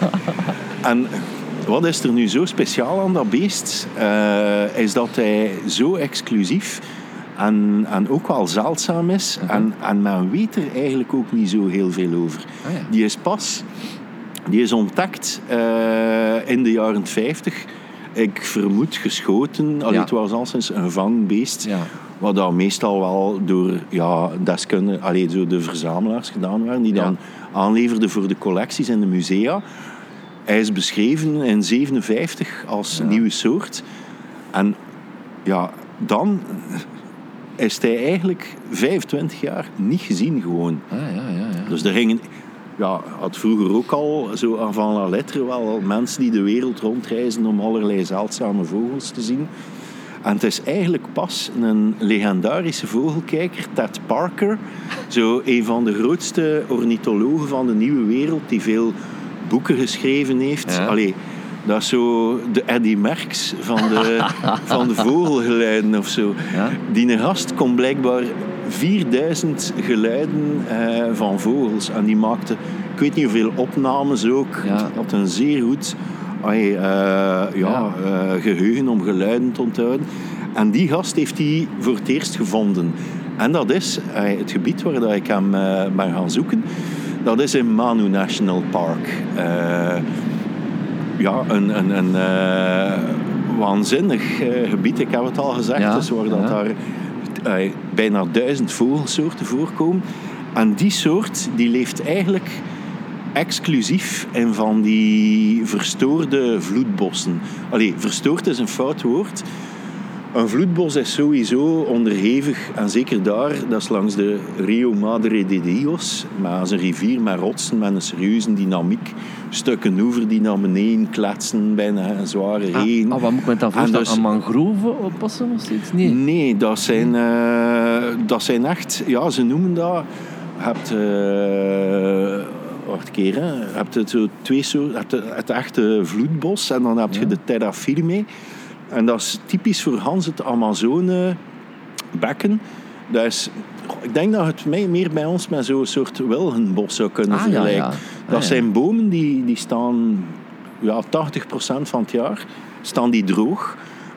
en wat is er nu zo speciaal aan dat beest? Uh, is dat hij zo exclusief en, en ook wel zeldzaam is. Uh-huh. En, en men weet er eigenlijk ook niet zo heel veel over. Oh ja. Die is pas... Die is ontdekt uh, in de jaren vijftig. Ik vermoed geschoten. Allee, ja. Het was al sinds een vangbeest. Ja. Wat dan meestal wel door ja, deskundigen, allee, door de verzamelaars gedaan werden. Die dan ja. aanleverden voor de collecties in de musea. Hij is beschreven in negentien zevenenvijftig als ja. nieuwe soort. En ja, dan is hij eigenlijk vijfentwintig jaar niet gezien gewoon. Ah, ja, ja, ja. Dus er gingen... Ja, had vroeger ook al, zo avant la lettre, wel mensen die de wereld rondreizen om allerlei zeldzame vogels te zien. En het is eigenlijk pas een legendarische vogelkijker, Ted Parker, zo een van de grootste ornithologen van de nieuwe wereld, die veel boeken geschreven heeft. Ja. Allee, dat is zo de Eddy Merckx van de, van de vogelgeluiden of zo. Ja. Die gast kon blijkbaar vierduizend geluiden uh, van vogels. En die maakte, ik weet niet hoeveel opnames ook. Ja. Had een zeer goed ay, uh, ja, ja. Uh, geheugen om geluiden te onthouden. En die gast heeft hij voor het eerst gevonden. En dat is uh, het gebied waar dat ik hem uh, ben gaan zoeken. Dat is in Manu National Park. Uh, ja, een, een, een uh, waanzinnig uh, gebied. Ik heb het al gezegd. Ja. Dus waar dat ja. daar... Uh, bijna duizend vogelsoorten voorkomen. En die soort die leeft eigenlijk exclusief in van die verstoorde vloedbossen. Allee, verstoord is een fout woord. Een vloedbos is sowieso onderhevig, en zeker daar, dat is langs de Rio Madre de Dios, met een rivier met rotsen, met een serieuze dynamiek. Stukken oever die naar beneden kletsen bij een zware regen. Ah, ah, wat moet men dan voorstellen? Dus, aan mangroven oppassen of zoiets? Nee, nee dat, zijn, uh, dat zijn echt... Ja, ze noemen dat... Je hebt... Uh, wacht een keer, hè. Je hebt het, zo twee soorten... Je hebt het, het echte vloedbos en dan heb je ja. de terra firme. En dat is typisch voor Hans het Amazonebekken. Dat is... Ik denk dat het meer bij ons met zo'n soort wilgenbos zou kunnen ah, vergelijken. Ja, ja. Dat ah, ja. zijn bomen die, die staan ja, tachtig procent van het jaar staan die droog.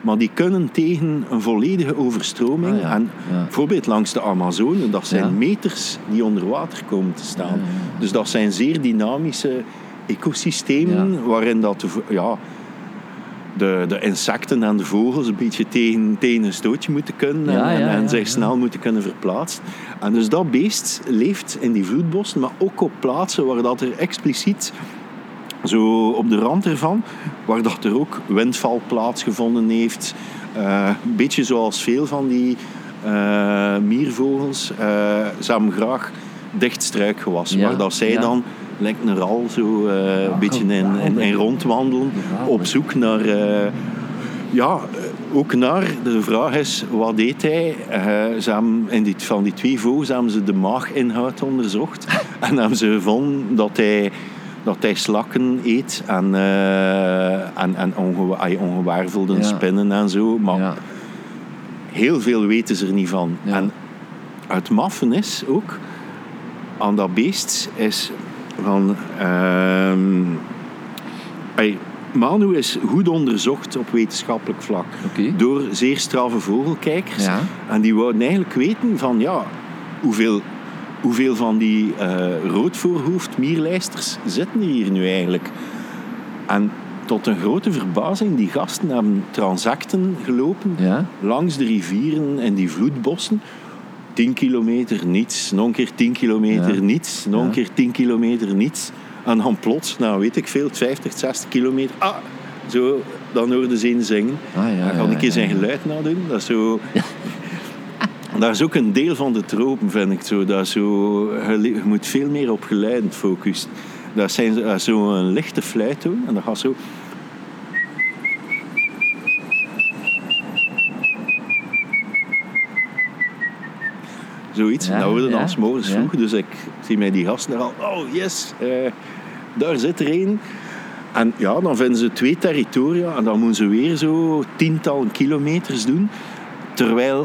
Maar die kunnen tegen een volledige overstroming. Ah, ja. En Ja. bijvoorbeeld langs de Amazone, dat zijn Ja. meters die onder water komen te staan. Ja, ja, ja. Dus dat zijn zeer dynamische ecosystemen Ja. waarin dat de, vo- ja, de, de insecten en de vogels een beetje tegen, tegen een stootje moeten kunnen en, Ja, ja, en, en ja, zich ja. snel moeten kunnen verplaatsen. En dus dat beest leeft in die vloedbossen, maar ook op plaatsen waar dat er expliciet, zo op de rand ervan, waar dat er ook windval plaatsgevonden heeft. Uh, een beetje zoals veel van die uh, miervogels. Uh, ze hebben graag dicht struikgewassen, Ja, waar dat zij ja. dan lijkt er al zo uh, een beetje in, in, in rondwandelen, op zoek naar... Uh, ja, ook naar... De vraag is, wat deed hij? Uh, ze hebben in die, van die twee vogels hebben ze de maaginhoud onderzocht. En hebben ze gevonden dat hij... dat hij slakken eet en, uh, en, en ongewa- ay, ongewaarvelden Ja. spinnen en zo. Maar Ja. heel veel weten ze er niet van. Ja. En het maffen is ook aan dat beest is van... Uh, ay, Manu is goed onderzocht op wetenschappelijk vlak. Oké. Door zeer straffe vogelkijkers. Ja. En die wouden eigenlijk weten van ja, hoeveel... Hoeveel van die uh, roodvoorhoofdmierlijsters zitten hier nu eigenlijk? En tot een grote verbazing, die gasten hebben transacten gelopen Ja. langs de rivieren en die vloedbossen. Tien kilometer niets, nog een keer tien kilometer Ja. niets, nog een Ja. keer tien kilometer niets. En dan plots, nou weet ik veel, vijftig, zestig kilometer. Ah, zo, dan hoorde ze een zingen. Ah, ja, Dan ga ja, ik eens ja, zijn ja. geluid nadoen. Dat is zo... Dat is ook een deel van de tropen, vind ik zo. Dat is zo je, je moet veel meer op geluiden focussen. Dat zijn zo- dat is zo een lichte fluittoon en dat gaat zo... Zoiets. Ja, En dat hoorde dan ja, 's morgens ja. vroeg. Dus ik zie mij die gasten daar al... Oh, yes! eh, daar zit er één. En ja, dan vinden ze twee territoria. En dan moeten ze weer zo tientallen kilometers doen. Terwijl...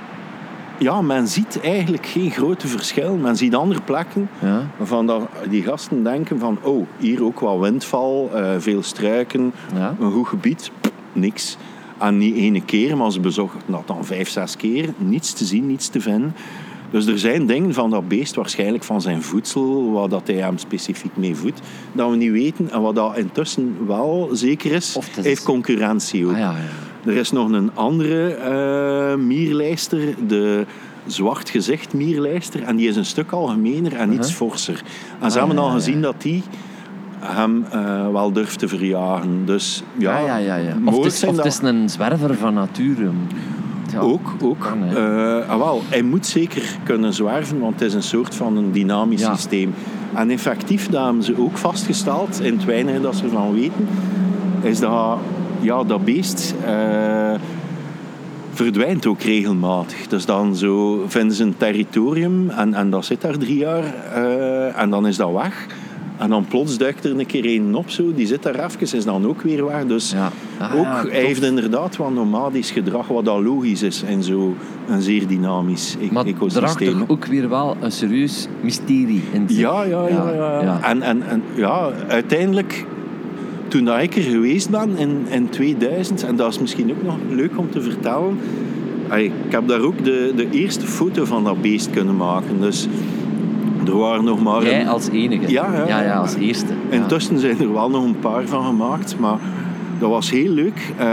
Ja, men ziet eigenlijk geen grote verschil. Men ziet andere plekken Ja. waarvan dat die gasten denken van... Oh, hier ook wat windval, eh, veel struiken, Ja. een goed gebied. Pff, niks. En niet ene keer, maar ze bezochten dat dan vijf, zes keer. Niets te zien, niets te vinden. Dus er zijn dingen van dat beest, waarschijnlijk van zijn voedsel, wat dat hij hem specifiek mee voedt, dat we niet weten. En wat dat intussen wel zeker is, Of het is- hij heeft concurrentie ook. Ah, ja, ja. Er is nog een andere eh, mierlijster, de zwart gezicht mierlijster. En die is een stuk algemener en iets Uh-huh. forser. En ze Ah, hebben ja, al ja, gezien ja. dat die hem eh, wel durft te verjagen. Dus ja, Ja, ja, ja, ja. Of mogelijk het is, zijn of het dat- is een zwerver van nature. Ja. Ook, ook. Kan, hè. Eh, ah, wel, hij moet zeker kunnen zwerven, want het is een soort van een dynamisch Ja. systeem. En effectief, dat hebben ze ook vastgesteld, in het weinige dat ze ervan weten, is dat ja, dat beest eh, verdwijnt ook regelmatig. Dus dan zo vinden ze een territorium en, en dat zit daar drie jaar eh, en dan is dat weg. En dan plots duikt er een keer een op, zo, die zit daar even, is dan ook weer weg. Dus Ja. Ah, ook, ja, hij tof. heeft inderdaad wat nomadisch gedrag, wat dat logisch is in zo'n zeer dynamisch e- Maar er lag ecosysteem. toch ook weer wel een serieus mysterie in zit. Ja, ja, ja. ja. ja. En, en, en ja, uiteindelijk, toen dat ik er geweest ben in, in tweeduizend, en dat is misschien ook nog leuk om te vertellen, ey, ik heb daar ook de, de eerste foto van dat beest kunnen maken. Dus er waren nog maar... Jij een- als enige. Ja, ja, ja, ja. als eerste. Ja. Intussen zijn er wel nog een paar van gemaakt, maar dat was heel leuk. Uh,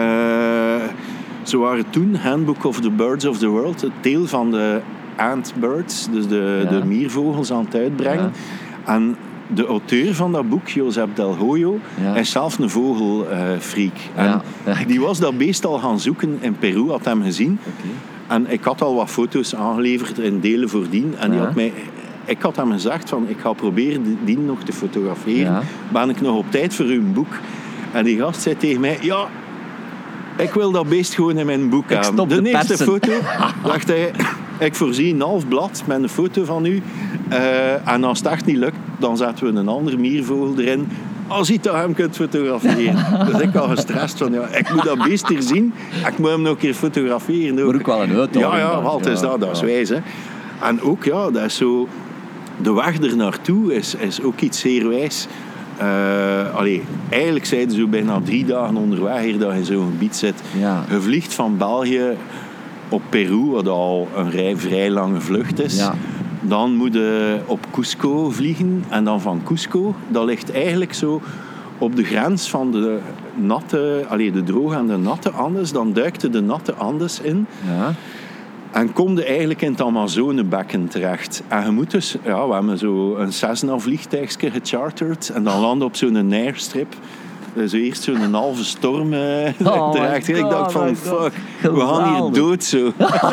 ze waren toen Handbook of the Birds of the World, het deel van de antbirds, dus de, Ja. de miervogels, aan het uitbrengen. En de auteur van dat boek, Josep Del Hoyo, Ja. hij is zelf een vogelfreak. En Ja. Ja. die was dat beest al gaan zoeken in Peru, had hem gezien. Oké. En ik had al wat foto's aangeleverd in delen voordien. En die Ja. had mij, ik had hem gezegd van ik ga proberen die- die nog te fotograferen. Ja. Ben ik nog op tijd voor uw boek? En die gast zei tegen mij, ja, ik wil dat beest gewoon in mijn boek Ik hebben. stop de de eerste persen. foto, dacht hij, ik voorzie een half blad met een foto van u. Uh, en als het echt niet lukt, dan zetten we een ander miervogel erin. Als je dat hem kunt fotograferen. Dus ik had gestrest van, ja, ik moet dat beest hier zien. Ik moet hem nog een keer fotograferen. Ook. Maar ook wel een uitdaging. Ja, ja, dan. wel, het is Ja, dat, dat is ja. wijs. Hè. En ook, ja, dat is zo... De weg er naartoe is, is ook iets zeer wijs. Uh, allee, eigenlijk zijn ze zo bijna drie dagen onderweg hier dat je in zo'n gebied zit. Ja. Je vliegt van België op Peru, wat al een vrij, vrij lange vlucht is. Ja. Dan moet je op Cusco vliegen. En dan van Cusco, dat ligt eigenlijk zo op de grens van de natte, allee, de droge en de natte Andes. Dan duikt je de natte Andes in. Ja. En kom je eigenlijk in het Amazonebekken terecht. En je moet dus, ja, we hebben zo een Cessna-vliegtuigje gecharterd. En dan landen op zo'n airstrip. Zo eerst zo'n halve storm eh, oh terecht. God, ik dacht van, oh fuck, we gaan hier dood zo.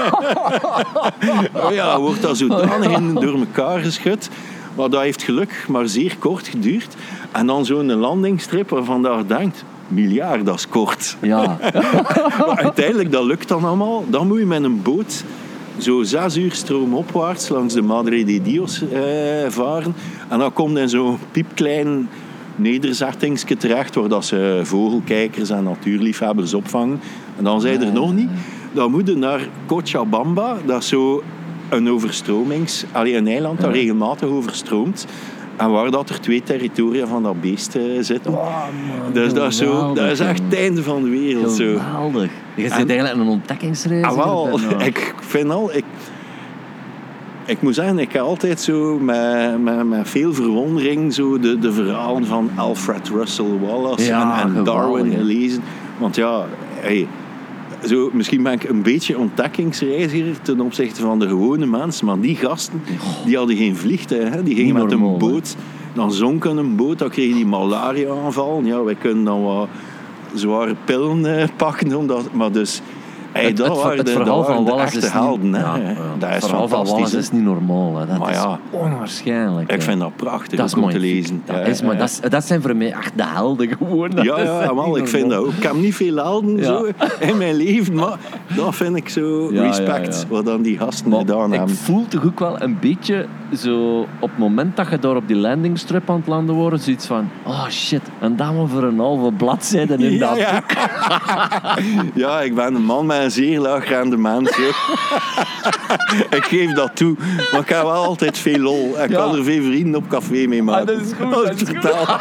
oh ja, wordt dat zodanig in door elkaar geschud. Maar dat heeft geluk maar zeer kort geduurd. En dan zo'n landingsstrip waarvan je denkt, miljard, dat is kort. Ja. Maar uiteindelijk, dat lukt dan allemaal. Dan moet je met een boot zo zes uur stroomopwaarts langs de Madre de Dios eh, varen. En dan komt in zo'n piepklein nederzettingsje terecht, waar dat ze vogelkijkers en natuurliefhebbers opvangen. En dan zijn er nog niet. Dan moet je naar Cochabamba, dat is zo een overstromings... Allee, een eiland dat ja. regelmatig overstroomt. En waar dat er twee territoria van dat beest uh, zitten. Oh, man, dus dat is, zo, dat is echt het einde van de wereld. Zo. Geweldig. Je zit eigenlijk een ontdekkingsreis. Ah, wel, ik vind al... Ik, ik moet zeggen, ik heb altijd zo met, met, met veel verwondering zo de, de verhalen van Alfred Russel Wallace ja, en, en Darwin gelezen. Want ja, hey, zo, misschien ben ik een beetje ontdekkingsreiziger ten opzichte van de gewone mensen. Maar die gasten, die hadden geen vliegtuig. Hè. Die gingen Niet met normaal, een boot. Dan zonken een boot, dan kregen die malaria-aanval. Ja, wij kunnen dan wat zware pillen eh, pakken. Omdat, maar dus... Hey, het, dat het, waren het de, verhaal dat van waren de Wallace echte is helden. niet, Hè. ja, ja. Dat Het is verhaal van Wallace fantastisch. is niet normaal. Hè. Dat Maar is ja, onwaarschijnlijk. ik hè. vind dat prachtig dat is om mooi te lezen. Dat, Ja, is, maar ja. dat, is, dat zijn voor mij echt de helden gewoon. Dat Ja, is ja, echt wel, niet ik vind normaal. dat ook. Ik heb niet veel helden Ja. zo, in mijn leven, maar dat vind ik zo Ja, respect, ja, ja. wat dan die gasten Maar gedaan ik hebben. voel toch ook wel een beetje zo op het moment dat je daar op die landingstrip aan het landen wordt, zoiets van, oh shit, en dan maar voor een halve bladzijde in Ja, dat ja. boek. Ja, ik ben een man met een zeer laag rendement. Zo. Ik geef dat toe, maar ik heb wel altijd veel lol. Ik Ja. kan er veel vrienden op café mee maken. Ah, dat is goed, Als dat ik is goed. vertel.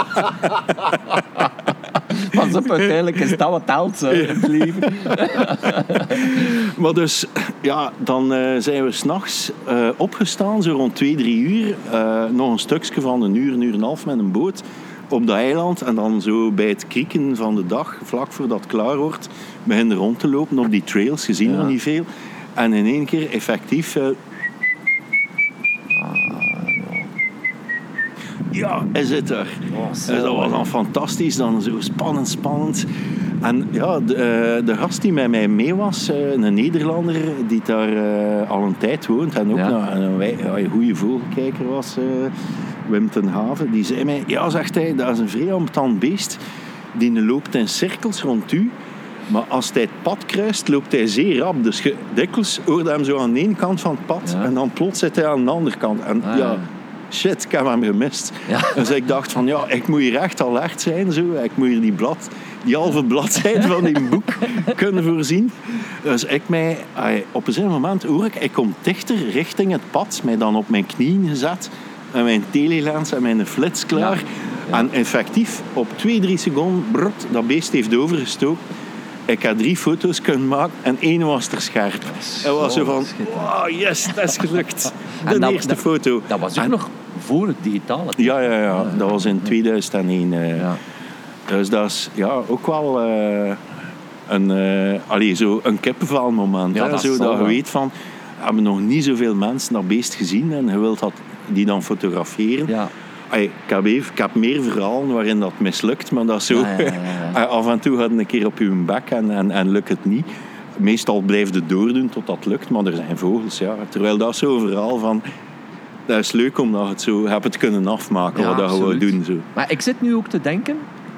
Pas op, uiteindelijk is dat wat telt, zo, in het leven. Maar dus, ja, dan uh, zijn we s'nachts uh, opgestaan, zo rond twee, drie uur. Uh, nog een stukje van een uur, een uur en een half met een boot op dat eiland. En dan zo bij het krieken van de dag, vlak voordat het klaar wordt, beginnen rond te lopen op die trails. Je ziet Ja. nog niet veel. En in één keer effectief... Uh, ja, hij zit er. Oh, zo. Dus dat was dan fantastisch, dan zo spannend, spannend. En ja, de, uh, de gast die met mij mee was, uh, een Nederlander die daar uh, al een tijd woont en ook Ja. nou, een, wij- ja, een goede vogelkijker was, uh, Wim ten Haven, die zei mij, ja, zegt hij, dat is een vrij ambetant beest, die loopt in cirkels rond u. Maar als hij het pad kruist, loopt hij zeer rap. Dus je, dikwijls hoorde hem zo aan de ene kant van het pad Ja. en dan plots zit hij aan de andere kant. En Ah, ja, ja. shit, ik heb hem gemist. Ja. Dus ik dacht van, ja, ik moet hier echt alert zijn. Zo. Ik moet hier die, blad, die halve bladzijde van die boek kunnen voorzien. Dus ik mij, ay, op een zeker moment hoor ik, ik kom dichter richting het pad, mij dan op mijn knieën gezet, met mijn telelens en mijn flits klaar. Ja. Ja. En effectief, op twee, drie seconden, brrrt, dat beest heeft overgestoken. Ik heb drie foto's kunnen maken en één was er scherp. Het was zo van, wow, yes, dat is gelukt. De En dat- eerste dat- foto. Dat was ook En- nog voor het digitale. Ja, ja, ja, dat was in tweeduizend één. eh. Ja. Dus dat is ja, ook wel eh, een, eh allee, zo een kippenvelmoment. Ja, hè, dat zo, zal dat je wel. weet van, we hebben nog niet zoveel mensen dat beest gezien en je wilt dat, die dan fotograferen. Ja. Allee, ik, heb even, ik heb meer verhalen waarin dat mislukt, maar dat is zo. Ja, ja, ja, ja. Af en toe gaat het een keer op je bek en, en, en lukt het niet. Meestal blijft het doordoen tot dat lukt, maar er zijn vogels. Ja. Terwijl dat zo'n verhaal van... Dat is leuk omdat je het zo hebt het kunnen afmaken, Ja, wat dat je wou absoluut. doen. Zo. Maar ik zit nu ook te denken,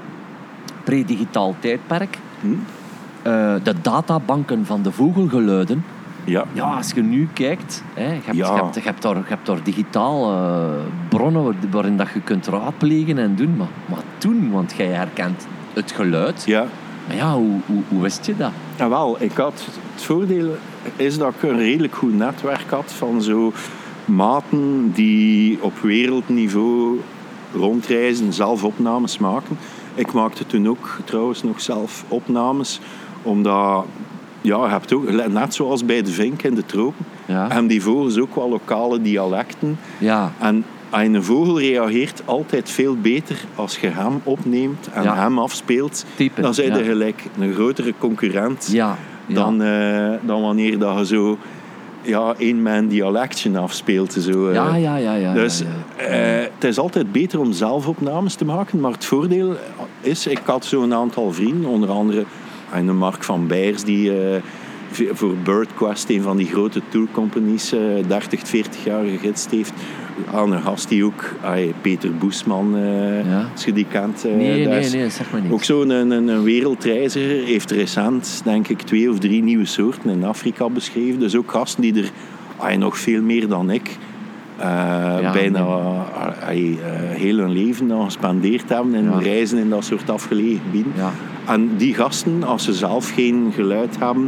pre-digitaal tijdperk, Hm? eh, de databanken van de vogelgeluiden. Ja. Ja, als je nu kijkt, hè, je, hebt, Ja. je, hebt, je, hebt daar, je hebt daar digitaal eh, bronnen waar- waarin dat je kunt raadplegen en doen. Maar, maar toen, want jij herkent het geluid. Ja. Maar ja, hoe, hoe, hoe wist je dat? Ja, wel, ik had, het voordeel is dat ik een redelijk goed netwerk had van zo maten die op wereldniveau rondreizen, zelf opnames maken. Ik maakte toen ook trouwens nog zelf opnames, omdat ja, je hebt ook, net zoals bij de vink in de tropen, Ja. hebben die vogels ook wel lokale dialecten. Ja. En een vogel reageert altijd veel beter als je hem opneemt en Ja. hem afspeelt. Type, Dan zijn je ja. gelijk een grotere concurrent Ja. Ja. dan, uh, dan wanneer dat je zo ja, één mijn dialectje afspeelt. Zo, uh. Ja, ja, ja, ja. Dus ja, ja. uh, het is altijd beter om zelf opnames te maken. Maar het voordeel is, ik had zo'n aantal vrienden, onder andere een Mark van Beers, die uh, voor BirdQuest, een van die grote tourcompanies, uh, dertig, veertig jaar gegidst heeft. Aan een gast die ook, ay, Peter Boesman, uh, Ja. als je die kent. Uh, Nee, dat nee, is nee, zeg maar niet. ook zo'n een, een, een wereldreiziger, heeft recent, denk ik, twee of drie nieuwe soorten in Afrika beschreven. Dus ook gasten die er ay, nog veel meer dan ik uh, Ja, bijna nee. ay, uh, heel hun leven aan gespendeerd hebben in Ja. reizen in dat soort afgelegen gebieden. Ja. En die gasten, als ze zelf geen geluid hebben,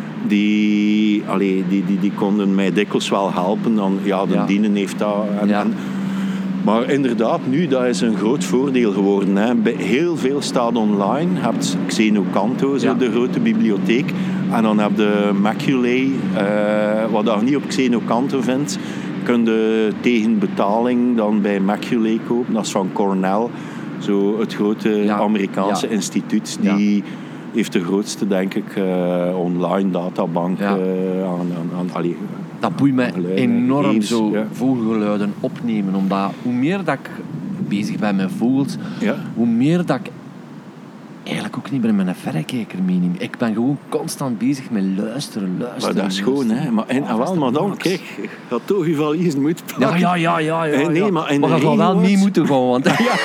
die, allee, die, die, die konden mij dikwijls wel helpen. Dan, ja, de Ja. dienen heeft dat. En, Ja. en, maar inderdaad, nu, dat is een groot voordeel geworden. Hè. Bij heel veel staat online. Je hebt Xenocanto, zo Ja. de grote bibliotheek. En dan heb je Maculae, uh, wat je niet op Xenocanto vindt. Kun je tegen betaling dan bij Maculae kopen. Dat is van Cornell, zo het grote Ja. Amerikaanse Ja. instituut. Die Ja. heeft de grootste, denk ik, uh, online databank Ja. uh, aan... aan, aan allee, Dat boeit mij geluiden, enorm, gegevens, zo ja. vogelgeluiden opnemen. Omdat hoe meer dat ik bezig ben met vogels, Ja. hoe meer dat ik eigenlijk ook niet meer met een verrekijker meeneem. Ik ben gewoon constant bezig met luisteren, luisteren. Maar dat is gewoon, luisteren. hè. Maar, en, Ah, en dat wel, is maar de dan, max. kijk, je gaat toch je valies moeten Ja, pakken. ja, ja, ja. ja, Eh, nee, ja. maar in maar de je gaat wel regenwoud- mee moeten gaan, want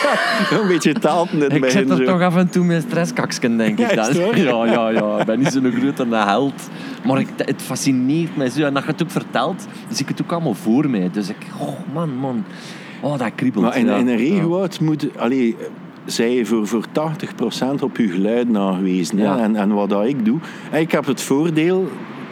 Een beetje taal in het ik begin. zit er zo. toch af en toe met stresskaksken, denk ik Ja, dan. is het waar? Ja, ja, ja. Ik ben niet zo'n grote held. Maar ik, het fascineert mij zo. En dat je het ook vertelt, zie ik het ook allemaal voor mij. Dus ik, oh man, man. Oh, dat kriebelt. Maar in, ja. in een Ja. regenwoud moet... Allee, zij je voor, voor tachtig procent op je geluiden aangewezen. Ja. Hè. En, en wat dat ik doe... Ik heb het voordeel...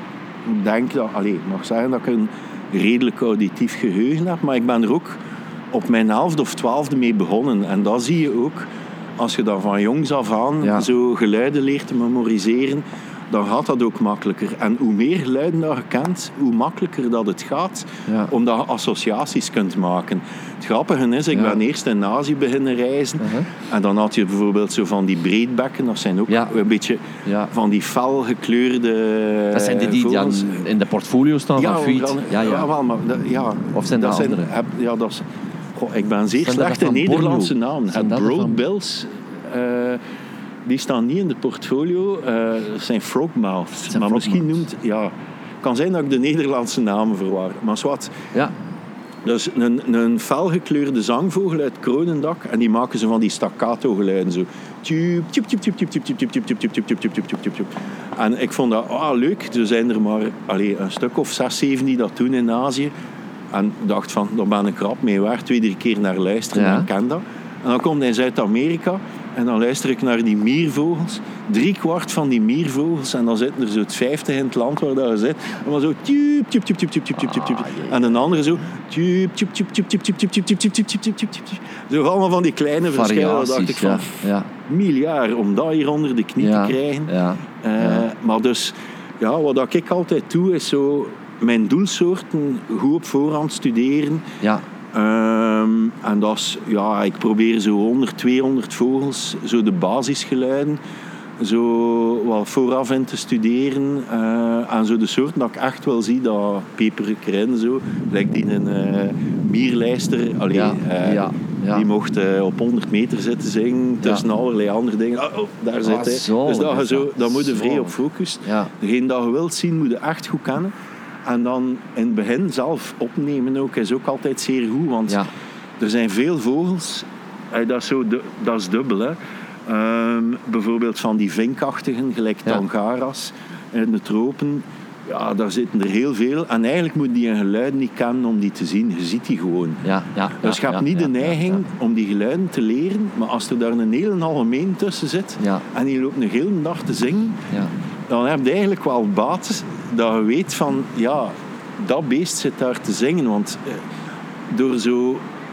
Ik denk dat... Allee, ik mag zeggen dat ik een redelijk auditief geheugen heb. Maar ik ben er ook op mijn elfde of twaalfde mee begonnen. En dat zie je ook... Als je dan van jongs af aan Ja. zo geluiden leert te memoriseren... dan gaat dat ook makkelijker. En hoe meer geluiden dat je kent, hoe makkelijker dat het gaat. Ja. Omdat je associaties kunt maken. Het grappige is, ik Ja. ben eerst in Azië beginnen reizen. Uh-huh. En dan had je bijvoorbeeld zo van die breedbekken. Dat zijn ook Ja. een beetje Ja. van die fel gekleurde Dat zijn die die dan vogels. in de portfolio staan Ja, van Feed. dan- Ja, ja. ja, wel, maar dat- ja. Of zijn dat dat andere? heb- ja, dat is, goh, ik ben zeer Zijn dat slecht van in Nederlandse Borneo? namen. Zijn Het dat van- broadbills, uh, die staan niet in de portfolio. Uh, dat zijn frogmouths. zijn Maar misschien frogmouths. noemt... Ja, kan zijn dat ik de Nederlandse namen verwar. Maar zwart. Ja. Dus een, een felgekleurde zangvogel uit Kronendak. En die maken zo van die staccato geluiden. Zo. Tjup, tjup, tjup, tjup, tjup, tjup, tjup, tjup, tjup, tjup, tjup, tjup, tjup, tjup, tjup, tjup. En ik vond dat ah, leuk. Er zijn er maar allee, een stuk of zes, zeven die dat doen in Azië. En ik dacht van, daar ben ik rap mee weg. Twee, drie keer naar luisteren Ja. en ken dat. En dan komt hij in Zuid-Amerika. En dan luister ik naar die miervogels. Drie kwart van die miervogels. En dan zitten er zo het vijftig in het land waar dat je zit. En dan zo... Tjup, tjup, tjup, tjup, tjup, tjup, tjup, tjup. En een andere zo... Tjup, tjup, tjup, tjup, tjup, tjup, tjup, tjup, tjup, tjup, tjup, tjup, tjup, tjup. Zo allemaal van die kleine verschillen. Dan dacht ik Variaties, van... ja. Ja. Miljard om dat hier onder de knie Ja. te krijgen. Ja. Uh, Ja. Maar dus... Ja, wat ik altijd doe, is zo... Mijn doelsoorten goed op voorhand studeren. Ja. Um, en dat is, ja, ik probeer zo honderd, tweehonderd vogels, zo de basisgeluiden, zo wat vooraf in te studeren. Uh, en zo de soorten dat ik echt wel zie, dat peperik erin, zo. Lijkt die een uh, mierlijster, allee, Ja, uh, ja, ja. die mocht uh, op honderd meter zitten zingen, tussen Ja. allerlei andere dingen. Oh, oh, daar zit hij. zo, Dus dat je zo, dat daar moet je zo. vrij op focussen. Ja. Degene dat je wilt zien, moet je echt goed kennen. En dan in het begin zelf opnemen ook, is ook altijd zeer goed. Want Ja. er zijn veel vogels, eh, dat is, zo du- dat is dubbel. Hè. Um, bijvoorbeeld van die vinkachtigen, gelijk Ja. tangaras in de tropen. Ja, daar zitten er heel veel. En eigenlijk moet die een geluid niet kennen om die te zien. Je ziet die gewoon. Ja. Ja. Dus je ja, hebt ja, niet ja, de neiging ja, om die geluiden te leren. Maar als er daar een hele algemeen tussen zit Ja. en die loopt een hele dag te zingen, ja. dan heb je eigenlijk wel baat dat je weet van, ja, dat beest zit daar te zingen. Want eh, door zo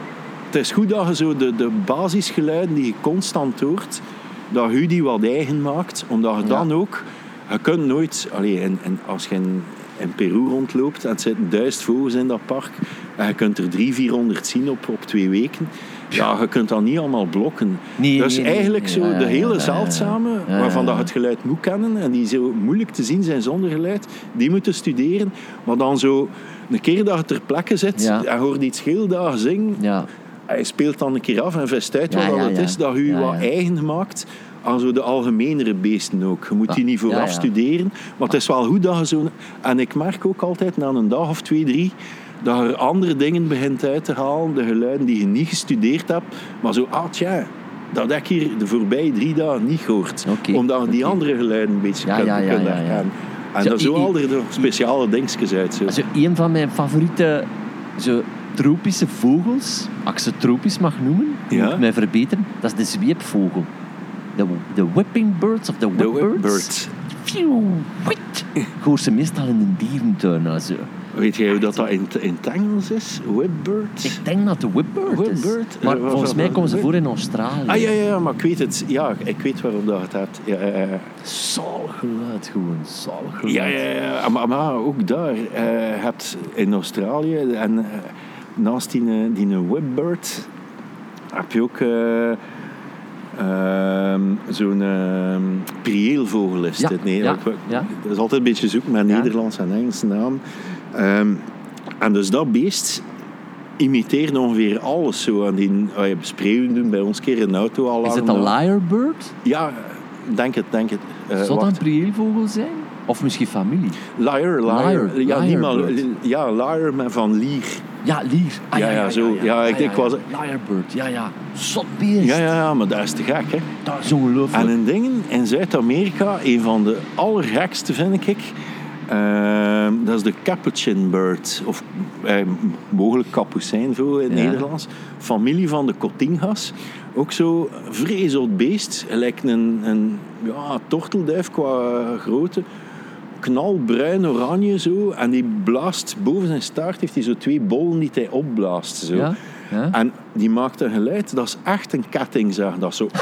het is goed dat je zo de, de basisgeluiden die je constant hoort, dat je die wat eigen maakt, omdat je ja. dan ook... Je kunt nooit... Allee, en, en als je in, in Peru rondloopt en het zitten duizend vogels in dat park en je kunt er drie, vierhonderd zien op, op twee weken, ja, je kunt dat niet allemaal blokken. Nee, dus nee, eigenlijk nee, zo ja, de hele ja, zeldzame, ja, ja, waarvan ja. dat je het geluid moet kennen en die zo moeilijk te zien zijn zonder geluid, die moeten studeren. Maar dan zo, een keer dat je ter plekke zit ja. en hoort iets heel dagen zingen, Ja. hij speelt dan een keer af en vest uit wat Ja, dat ja, het ja. is, dat je je Ja, wat ja. eigen maakt aan zo de algemenere beesten ook. Je moet Ja. die niet vooraf Ja, ja. studeren, maar het is wel goed dat je zo... En ik merk ook altijd na een dag of twee, drie, dat je er andere dingen begint uit te halen, de geluiden die je niet gestudeerd hebt, maar zo, ah tja, dat heb ik hier de voorbije drie dagen niet gehoord. Okay. Omdat je die Okay. andere geluiden een beetje Ja, kunt, ja, ja, kunt ja, ja. herkennen. En Zo, dat zo i- i- al er speciale dingetjes uit. Zo. Also, een van mijn favoriete zo, tropische vogels, als ik ze tropisch mag noemen, Ja. moet ik mij verbeteren, dat is de zweepvogel. De, de whipping birds of de De whipbirds. whipbird. Phew, wit. Je hoort ze meestal in een dierentuin. Also. Weet jij hoe dat, dat in, in het Engels is? Whipbird? Ik denk dat de whipbird is. Whipbird? Maar Eh, wat- volgens wat- mij komen ze wat- voor in Australië. Ah ja, ja, ja, maar ik weet het. Ja, ik weet waarop dat het hebt. Ja, ja, ja. Zalig geluid gewoon, zalig geluid. Ja, ja, ja. Maar, maar ook daar. eh hebt in Australië en eh, naast die, die whipbird heb je ook eh, ehm, zo'n ehm, prieelvogel is Ja, dit. Nee, ja, ik- ja. Dat is altijd een beetje zoeken met Ja. Nederlands en Engelse naam. Ehm, en dus dat beest imiteert ongeveer alles zo. En die oh, je spreeuwen doen bij ons een keer in de auto al. Is het een lyrebird? Ja, denk het, denk het. Uh, Zou dat een wacht. prieelvogel zijn? Of misschien familie? Liar, liar. Liar, ja, liar niet maar, bird. ja, liar maar van lier. Ja, lier. Ah, Ja, ja, zo. Ja, ik- ik was- Lyrebird, ja, ja. Zot beest. Ja, ja, ja, maar dat is te gek, hè. Dat is ongelooflijk. En in dingen in Zuid-Amerika, een van de allergekste vind ik, ehm, dat is de capuchin bird. Of eh, mogelijk kapucijnvogel in het Ja. Nederlands. Familie van de cotingas. Ook zo vreselijk beest. Lijkt een, een ja, tortelduif qua grootte. Knalbruin, oranje zo. En die blaast boven zijn staart, heeft hij zo twee bollen die hij opblaast. Zo. Ja, ja. En die maakt een geluid, dat is echt een kettingzaag. Dat is zo...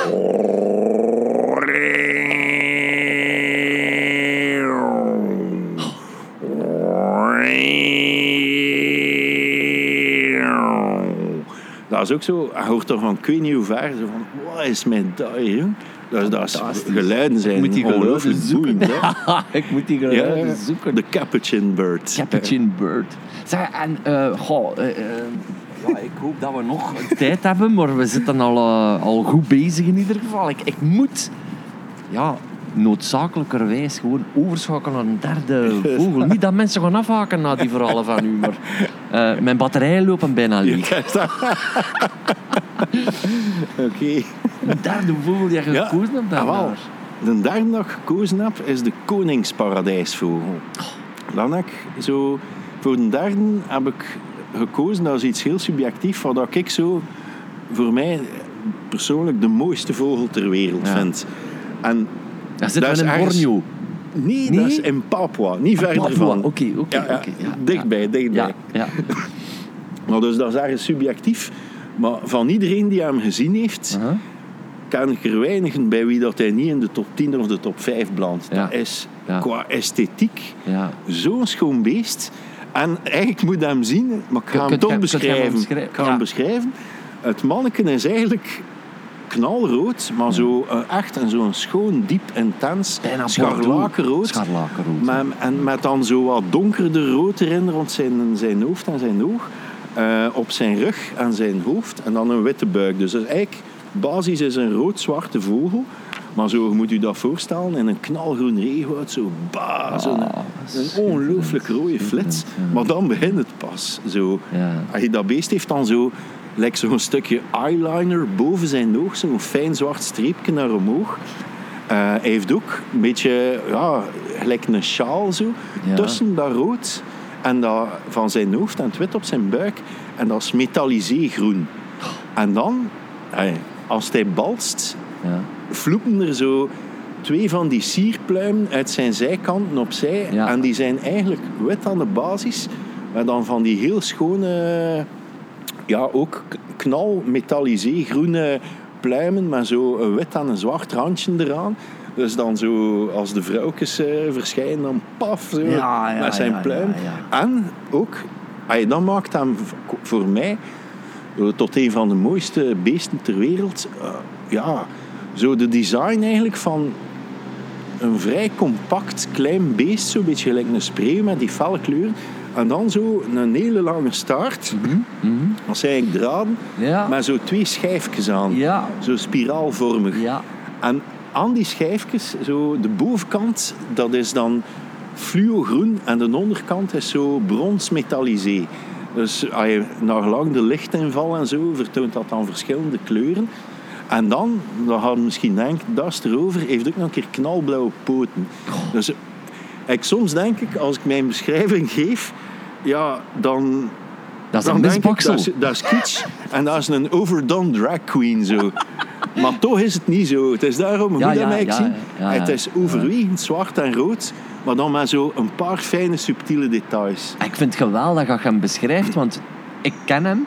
Dat is ook zo, je hoort er van ik weet niet hoe ver, zo van, wat is mijn dat hier? Dat, dat is, Fantastisch. geluiden zijn Ik moet die geluiden ongelooflijk zoeken. boeiend. hè. Ik moet die Ja, geluiden zoeken. de capuchin bird. Capuchin bird. Zeg, en, eh, goh, eh, eh, ja, ik hoop dat we nog tijd hebben, maar we zitten al, eh, al goed bezig in ieder geval. Ik, ik moet, ja, noodzakelijkerwijs gewoon overschakelen naar een derde vogel. Niet dat mensen gaan afhaken na die verhalen van u, maar eh, mijn batterijen lopen bijna leeg. Oké. Een derde vogel die je Ja, gekozen hebt ah, wel. daarnaar. De derde dat ik gekozen heb, is de koningsparadijsvogel. Dan heb ik zo... Voor de derde heb ik gekozen, dat is iets heel subjectief, wat ik zo voor mij persoonlijk de mooiste vogel ter wereld Ja. vind. En Dat zit dat wel is in ergens- Borneo. Nee, Nee? dat is in Papua. Niet verder Papua. van. Oké, oké, Ja, ja, oké, ja, dichtbij, ja. dichtbij. Ja, ja. Maar dus dat is ergens subjectief. Maar van iedereen die hem gezien heeft, Uh-huh. kan ik er weinigen bij wie dat hij niet in de top tien of de top vijf belandt. Ja. Dat is Ja. qua esthetiek Ja. zo'n schoon beest. En eigenlijk moet je hem zien, maar ik ga hem Kunt- toch kunt- kunt je hem beschrijven. beschrijven? Ik ga Ja. hem beschrijven. Het manneken is eigenlijk knalrood, maar zo uh, echt en zo'n schoon, diep, intens, Bijna scharlakenrood. Scharlakenrood. Met, en met dan zo wat donkerder rood erin rond zijn, zijn hoofd en zijn oog. Uh, op zijn rug en zijn hoofd. En dan een witte buik. Dus eigenlijk, basis is een rood-zwarte vogel. Maar zo je moet je dat voorstellen in een knalgroen regenwoud. Zo, bah, zo'n Ah, een ongelooflijk rode flits. Maar dan begint het pas. Zo. Ja. Als dat beest heeft dan zo... Lijkt zo'n stukje eyeliner boven zijn oog. Zo'n fijn zwart streepje naar omhoog. Uh, hij heeft ook een beetje... Ja, gelijk een sjaal zo. Ja. Tussen dat rood en dat van zijn hoofd en het wit op zijn buik. En dat is metallisé groen. En dan, eh, als hij balst, Ja. vloepen er zo twee van die sierpluimen uit zijn zijkanten opzij. Ja. En die zijn eigenlijk wit aan de basis. Maar dan van die heel schone ja, ook knal metallisé groene pluimen met zo een wit en een zwart randje eraan. Dus dan zo, als de vrouwtjes uh, verschijnen, dan paf, zo, ja, ja, met zijn ja, pluim. ja, ja. En ook, ay, dat maakt hem voor mij tot een van de mooiste beesten ter wereld. Uh, ja, zo de design eigenlijk van een vrij compact klein beest, zo'n beetje gelijk een spreeuw met die felle kleuren. En dan zo een hele lange staart. Mm-hmm. Mm-hmm. Dat zijn eigenlijk draden, ja. met zo twee schijfjes aan. Ja. Zo spiraalvormig. Ja. En aan die schijfjes, zo de bovenkant, dat is dan fluogroen en de onderkant is zo bronsmetallisé. Dus als je naar lang de lichtinval en zo, vertoont dat dan verschillende kleuren. En dan, dan gaan we misschien denken, dat is erover, heeft ook nog een keer knalblauwe poten. Oh. Dus ik, soms denk ik, als ik mijn beschrijving geef, ja, dan... Dat is dan een denk ik, misbaksel. dat is, dat is kitsch en dat is een overdone drag queen, zo. Maar toch is het niet zo. Het is daarom, hoe ja, moet je ja, dat mij ja, zien? ja, ja, het is overwegend zwart en rood, maar dan met zo een paar fijne, subtiele details. Ik vind het geweldig dat je hem beschrijft, want ik ken hem.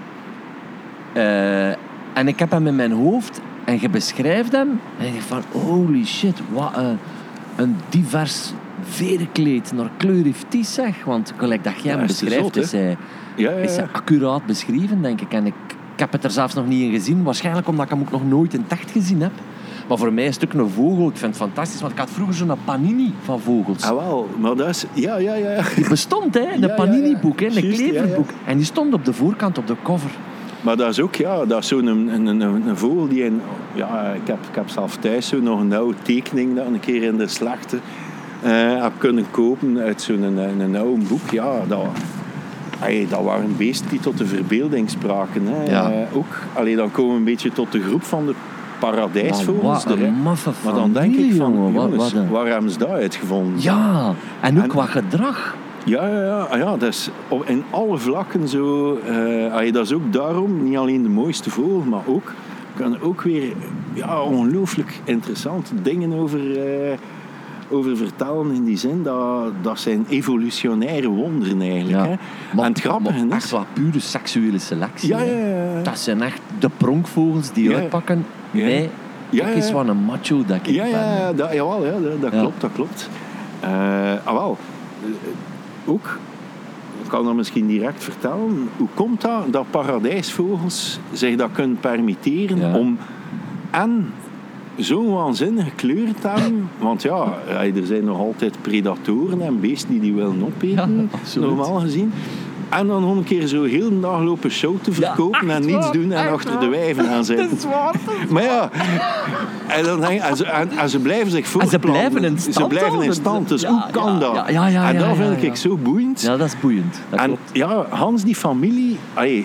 Uh, en ik heb hem in mijn hoofd en je beschrijft hem en je denkt van holy shit, wat een, een divers verenkleed naar kleur heeft die, zeg. Want gelijk dat jij hem ja, beschrijft, is, hij, ja, ja, ja. is hij accuraat beschreven, denk ik. En ik, ik heb het er zelfs nog niet in gezien, waarschijnlijk omdat ik hem ook nog nooit in het echt gezien heb. Maar voor mij is het ook een vogel. Ik vind het fantastisch, want ik had vroeger zo'n panini van vogels. Ah, wel, maar dat is... Ja, ja, ja. Die bestond, hè. Een ja, panini-boek, hè. Een Just, kleverboek. ja, ja. En die stond op de voorkant, op de cover. Maar dat is ook, ja, dat is zo'n een, een, een, een vogel die... Een, ja, ik heb, ik heb zelf thuis zo nog een oude tekening dat een keer in de slachten uh, heb kunnen kopen uit zo'n een, een, een oude boek. Ja, dat... Ay, dat waren beesten die tot de verbeelding spraken. Hè. Ja. Uh, ook, allee, dan komen we een beetje tot de groep van de paradijsvogels. Wat een maffe maar dan denk ik van, jongen, jongens, wat, wat een... waar hebben ze dat uitgevonden? Ja, en ook en, qua gedrag. Ja, ja, ja, ah, ja, dat is op, in alle vlakken zo. Uh, allee, dat is ook daarom niet alleen de mooiste vogel, maar ook kan ook weer ja, ongelooflijk interessante dingen over... Uh, over vertellen in die zin, dat, dat zijn evolutionaire wonderen eigenlijk. Ja. Hè? Maar, en het grappige maar is... echt wat pure seksuele selectie. Ja, ja, ja. Dat zijn echt de pronkvogels die ja. uitpakken. Ja. Wij, ja, ik is wat een macho dat ik ja, ben. Ja, ja, dat, jawel, ja, dat, dat ja. klopt, dat klopt. Uh, ah, wel. Uh, ook, ik kan dat misschien direct vertellen, hoe komt dat dat paradijsvogels zich dat kunnen permitteren ja. om en zo'n waanzinnige kleur te hebben, want ja, er zijn nog altijd predatoren en beesten die die willen opeten, ja, normaal gezien. En dan nog een keer zo heel de dag lopen show te verkopen ja, en niets waar, doen en achter waar. de wijven aan zitten. Dat is waar, dat is maar ja, en, dan denk, en, ze, en, en ze blijven zich voortplanten. En ze blijven in stand. Ze blijven in stand, dus ja, hoe kan ja, dat? Ja, ja, ja, en dat ja, vind ja, ik ja. zo boeiend. Ja, dat is boeiend. Dat en klopt. ja, Hans, die familie, allee,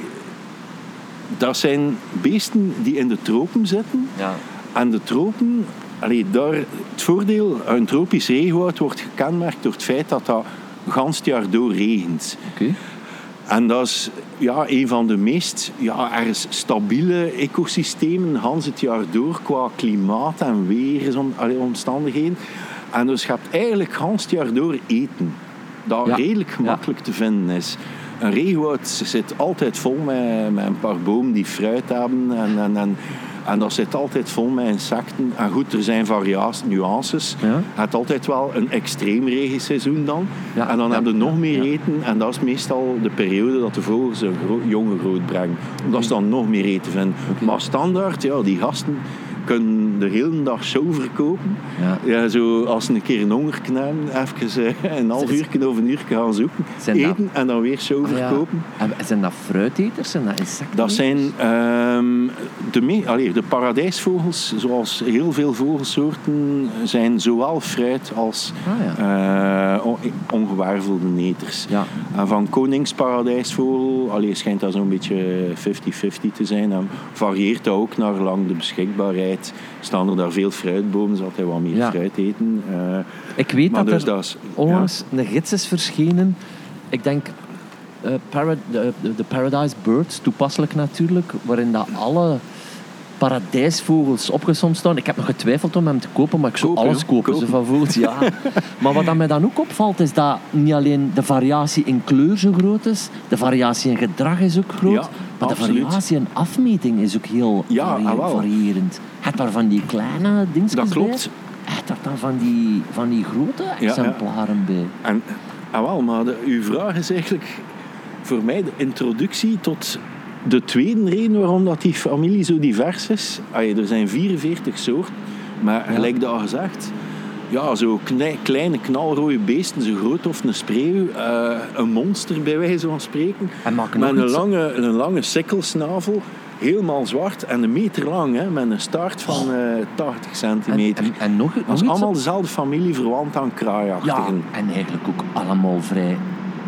dat zijn beesten die in de tropen zitten. Ja. En de tropen, allee, daar, het voordeel, een tropisch regenwoud wordt gekenmerkt door het feit dat dat gans het jaar door regent. Okay. En dat is ja, een van de meest ja, ergens stabiele ecosystemen gans het jaar door qua klimaat en weersomstandigheden. En dus je hebt eigenlijk gans het jaar door eten. Dat ja. redelijk gemakkelijk ja. te vinden is. Een regenwoud zit altijd vol met, met een paar bomen die fruit hebben en, en, en En dat zit altijd vol met insecten. En goed, er zijn variaties, nuances. Ja. Je hebt altijd wel een extreem regenseizoen dan. Ja. En dan ja. heb je nog meer ja. eten. En dat is meestal de periode dat de vogels een gro- jongen groot brengen. Omdat ze dan nog meer eten vinden. Okay. Maar standaard, ja, die gasten kunnen de hele dag show verkopen. Ja. Ja, zo als ze een keer een honger hebben, even een half uur of een uur gaan zoeken. Zijn eten dat... en dan weer show ah, verkopen. Ja. En zijn dat fruiteters? Zijn dat insecten? Dat zijn um, de, me- allee, de paradijsvogels, zoals heel veel vogelsoorten, zijn zowel fruit als ah, ja. uh, on- ongewaarvelde neters. Ja. En van koningsparadijsvogel, allee, schijnt dat zo'n beetje vijftig-vijftig te zijn. En varieert dat ook naar lang de beschikbaarheid. Staan er daar veel fruitbomen, zal hij wat meer ja. fruit eten. Uh, ik weet dat dus er dat is, onlangs ja. een gids is verschenen. Ik denk uh, para- de, de Paradise Birds, toepasselijk natuurlijk, waarin dat alle paradijsvogels opgesomd staan. Ik heb nog getwijfeld om hem te kopen, maar ik zou kopen, alles kopen, kopen. Zo van vogels. Ja. Maar wat dat mij dan ook opvalt, is dat niet alleen de variatie in kleur zo groot is, de variatie in gedrag is ook groot, ja. Maar Absoluut. de variatie en afmeting is ook heel Ja, varie- ah, wel. variërend. Je hebt daar van die kleine dingetjes Dat klopt. bij. Je hebt daar dan van die, van die grote ja. exemplaren bij. En, ah, wel, maar de, uw vraag is eigenlijk voor mij de introductie tot de tweede reden waarom dat die familie zo divers is. Allee, er zijn vierenveertig soorten, maar Ja. gelijk dat gezegd, ja, zo knij- kleine knalrode beesten, zo groot of een spreeuw, uh, een monster bij wijze van spreken, En maken met nog een iets- lange, een lange sikkelsnavel, helemaal zwart en een meter lang, hè, met een staart van uh, tachtig En, centimeter. en, en nog, nog Dat is iets allemaal op- dezelfde familie, verwant aan Ja, kraaiachtigen. en eigenlijk ook allemaal vrij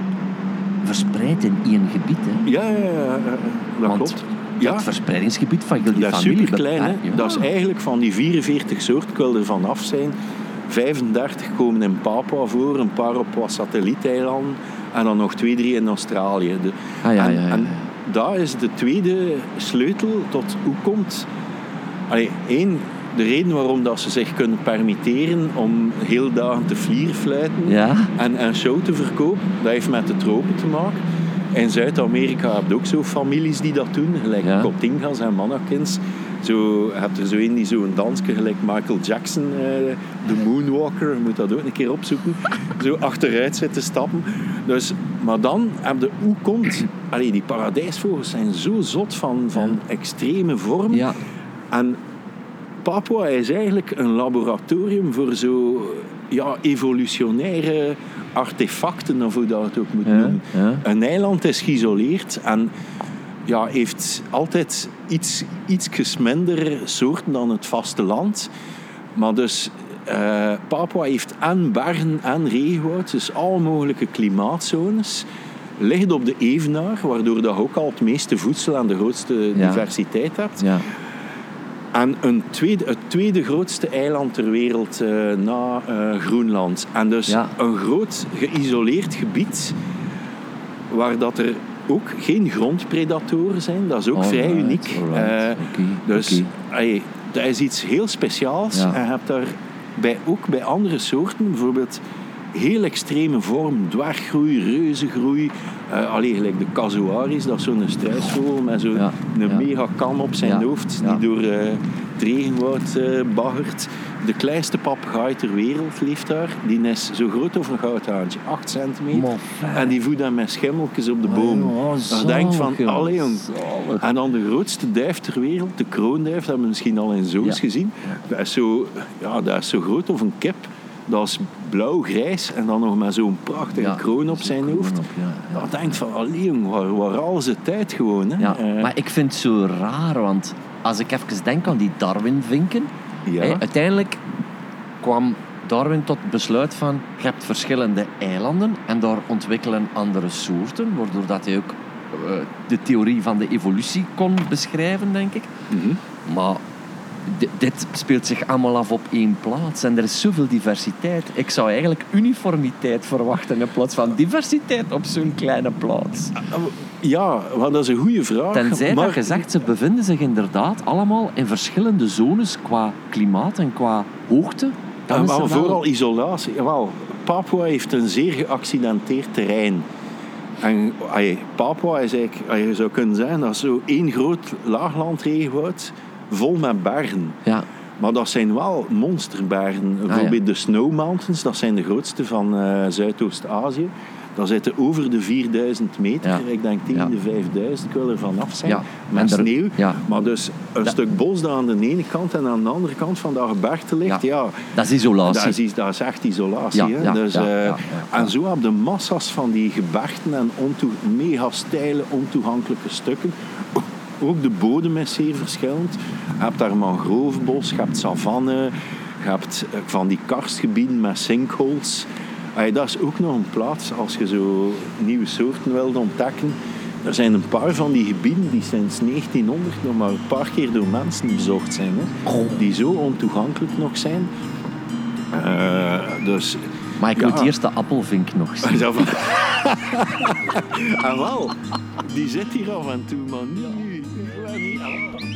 verspreid in één gebied. Hè. Ja, ja, ja, ja, dat Want klopt. Ja. Ja, Het verspreidingsgebied van heel die dat is familie. super klein. Hè? Ja. Dat is eigenlijk van die vierenveertig soorten, ik wil er vanaf zijn. vijfendertig komen in Papua voor, een paar op wat satellieteilanden en dan nog twee, drie in Australië. De, Ah, ja, en, ja, ja, ja. en dat is de tweede sleutel tot hoe komt... Allee, één, de reden waarom dat ze zich kunnen permitteren om heel dagen te vlierfluiten Ja. en, en show te verkopen, dat heeft met de tropen te maken. In Zuid-Amerika heb je ook zo families die dat doen, gelijk Ja. Cotingas en Manakins. Zo, je hebt er zo een die zo'n dansje, gelijk Michael Jackson, eh, de Moonwalker, je moet dat ook een keer opzoeken. Zo achteruit zitten stappen. Dus, maar dan heb je, hoe komt... Allee, die paradijsvogels zijn zo zot van, van extreme vorm. Ja. En Papua is eigenlijk een laboratorium voor zo ja, evolutionaire artefacten, of hoe dat het ook moet Ja, noemen. ja. Een eiland is geïsoleerd en ja, heeft altijd iets, iets minder soorten dan het vasteland. Maar dus uh, Papua heeft en bergen en regenwoud, dus alle mogelijke klimaatzones. Ligt op de evenaar, waardoor je ook al het meeste voedsel en de grootste Ja. diversiteit hebt. Ja. En een tweede, het tweede grootste eiland ter wereld uh, na uh, Groenland. En dus Ja. een groot geïsoleerd gebied waar dat er ook geen grondpredatoren zijn. Dat is ook Alright, vrij uniek. alright. Uh, Oké, dus oké. allee, dat is iets heel speciaals. Ja. En je hebt daar bij, ook bij andere soorten, bijvoorbeeld heel extreme vorm, dwerggroei, reuzengroei. Uh, allee, gelijk de casuaris, dat is zo'n struisvogel met zo'n Ja, een ja. mega kam op zijn Ja, hoofd, ja. die door uh, het regenwoud uh, baggert. De kleinste papegaai ter wereld leeft daar. Die is zo groot als een goudhaantje, acht centimeter. Maar fijn. En die voedt dan met schimmeltjes op de boom. Oh, Dan denkt van, zalig, allee jong. zalig. En dan de grootste duif ter wereld, de kroonduif, dat hebben we misschien al in zoos Ja. gezien. Dat is, zo, ja, dat is zo groot als een kip. Dat is blauw-grijs en dan nog met zo'n prachtige Ja, kroon op zo'n zijn kroon hoofd. op, ja, ja. Dan denkt van, allee jong, waar, waar al ze tijd gewoon. Hè? Ja, Eh, maar ik vind het zo raar, want als ik even denk aan die Darwin-vinken, ja. hè, uiteindelijk kwam Darwin tot het besluit van, je hebt verschillende eilanden en daar ontwikkelen andere soorten, waardoor dat hij ook uh, de theorie van de evolutie kon beschrijven, denk ik. Mhm. Maar d- dit speelt zich allemaal af op één plaats en er is zoveel diversiteit. Ik zou eigenlijk uniformiteit verwachten in plaats van diversiteit op zo'n kleine plaats. Ja, wel, dat is een goede vraag. Tenzij maar dat je zegt, ze bevinden zich inderdaad allemaal in verschillende zones qua klimaat en qua hoogte. Dan Ja, is er maar wel- vooral isolatie. Jawel, Papua heeft een zeer geaccidenteerd terrein. En allee, Papua is eigenlijk, allee, je zou kunnen zeggen, dat is zo één groot laaglandregenwoud vol met bergen. Ja, Maar dat zijn wel monsterbergen. Bijvoorbeeld de Snow Mountains, dat zijn de grootste van uh, Zuidoost-Azië. Dat zitten over de vierduizend meter. Ja. Ik denk tegen Ja. de vijfduizend, ik wil er vanaf zijn. Ja. Met En er- sneeuw. ja. Maar dus een Dat- stuk bos dat aan de ene kant en aan de andere kant van dat gebergte ligt. Ja. Ja. dat is isolatie. Dat is, dat is echt isolatie. Ja, hè? ja, dus, ja, eh, ja, ja, ja. En zo heb je massa's van die gebergten en ontoe- mega steile, ontoegankelijke stukken. Ook de bodem is zeer verschillend. Je hebt daar mangrovenbos, je hebt savanne, je hebt eh, van die karstgebieden met sinkholes. Allee, dat is ook nog een plaats als je zo nieuwe soorten wilt ontdekken. Er zijn een paar van die gebieden die sinds negentienhonderd nog maar een paar keer door mensen bezocht zijn. Hè? Die zo ontoegankelijk nog zijn. Eh, dus, Maar ik ja. moet eerst de appelvink nog zien. Ja, van... ah, wel, die zit hier af en toe, maar nu... Ja, niet. Ah.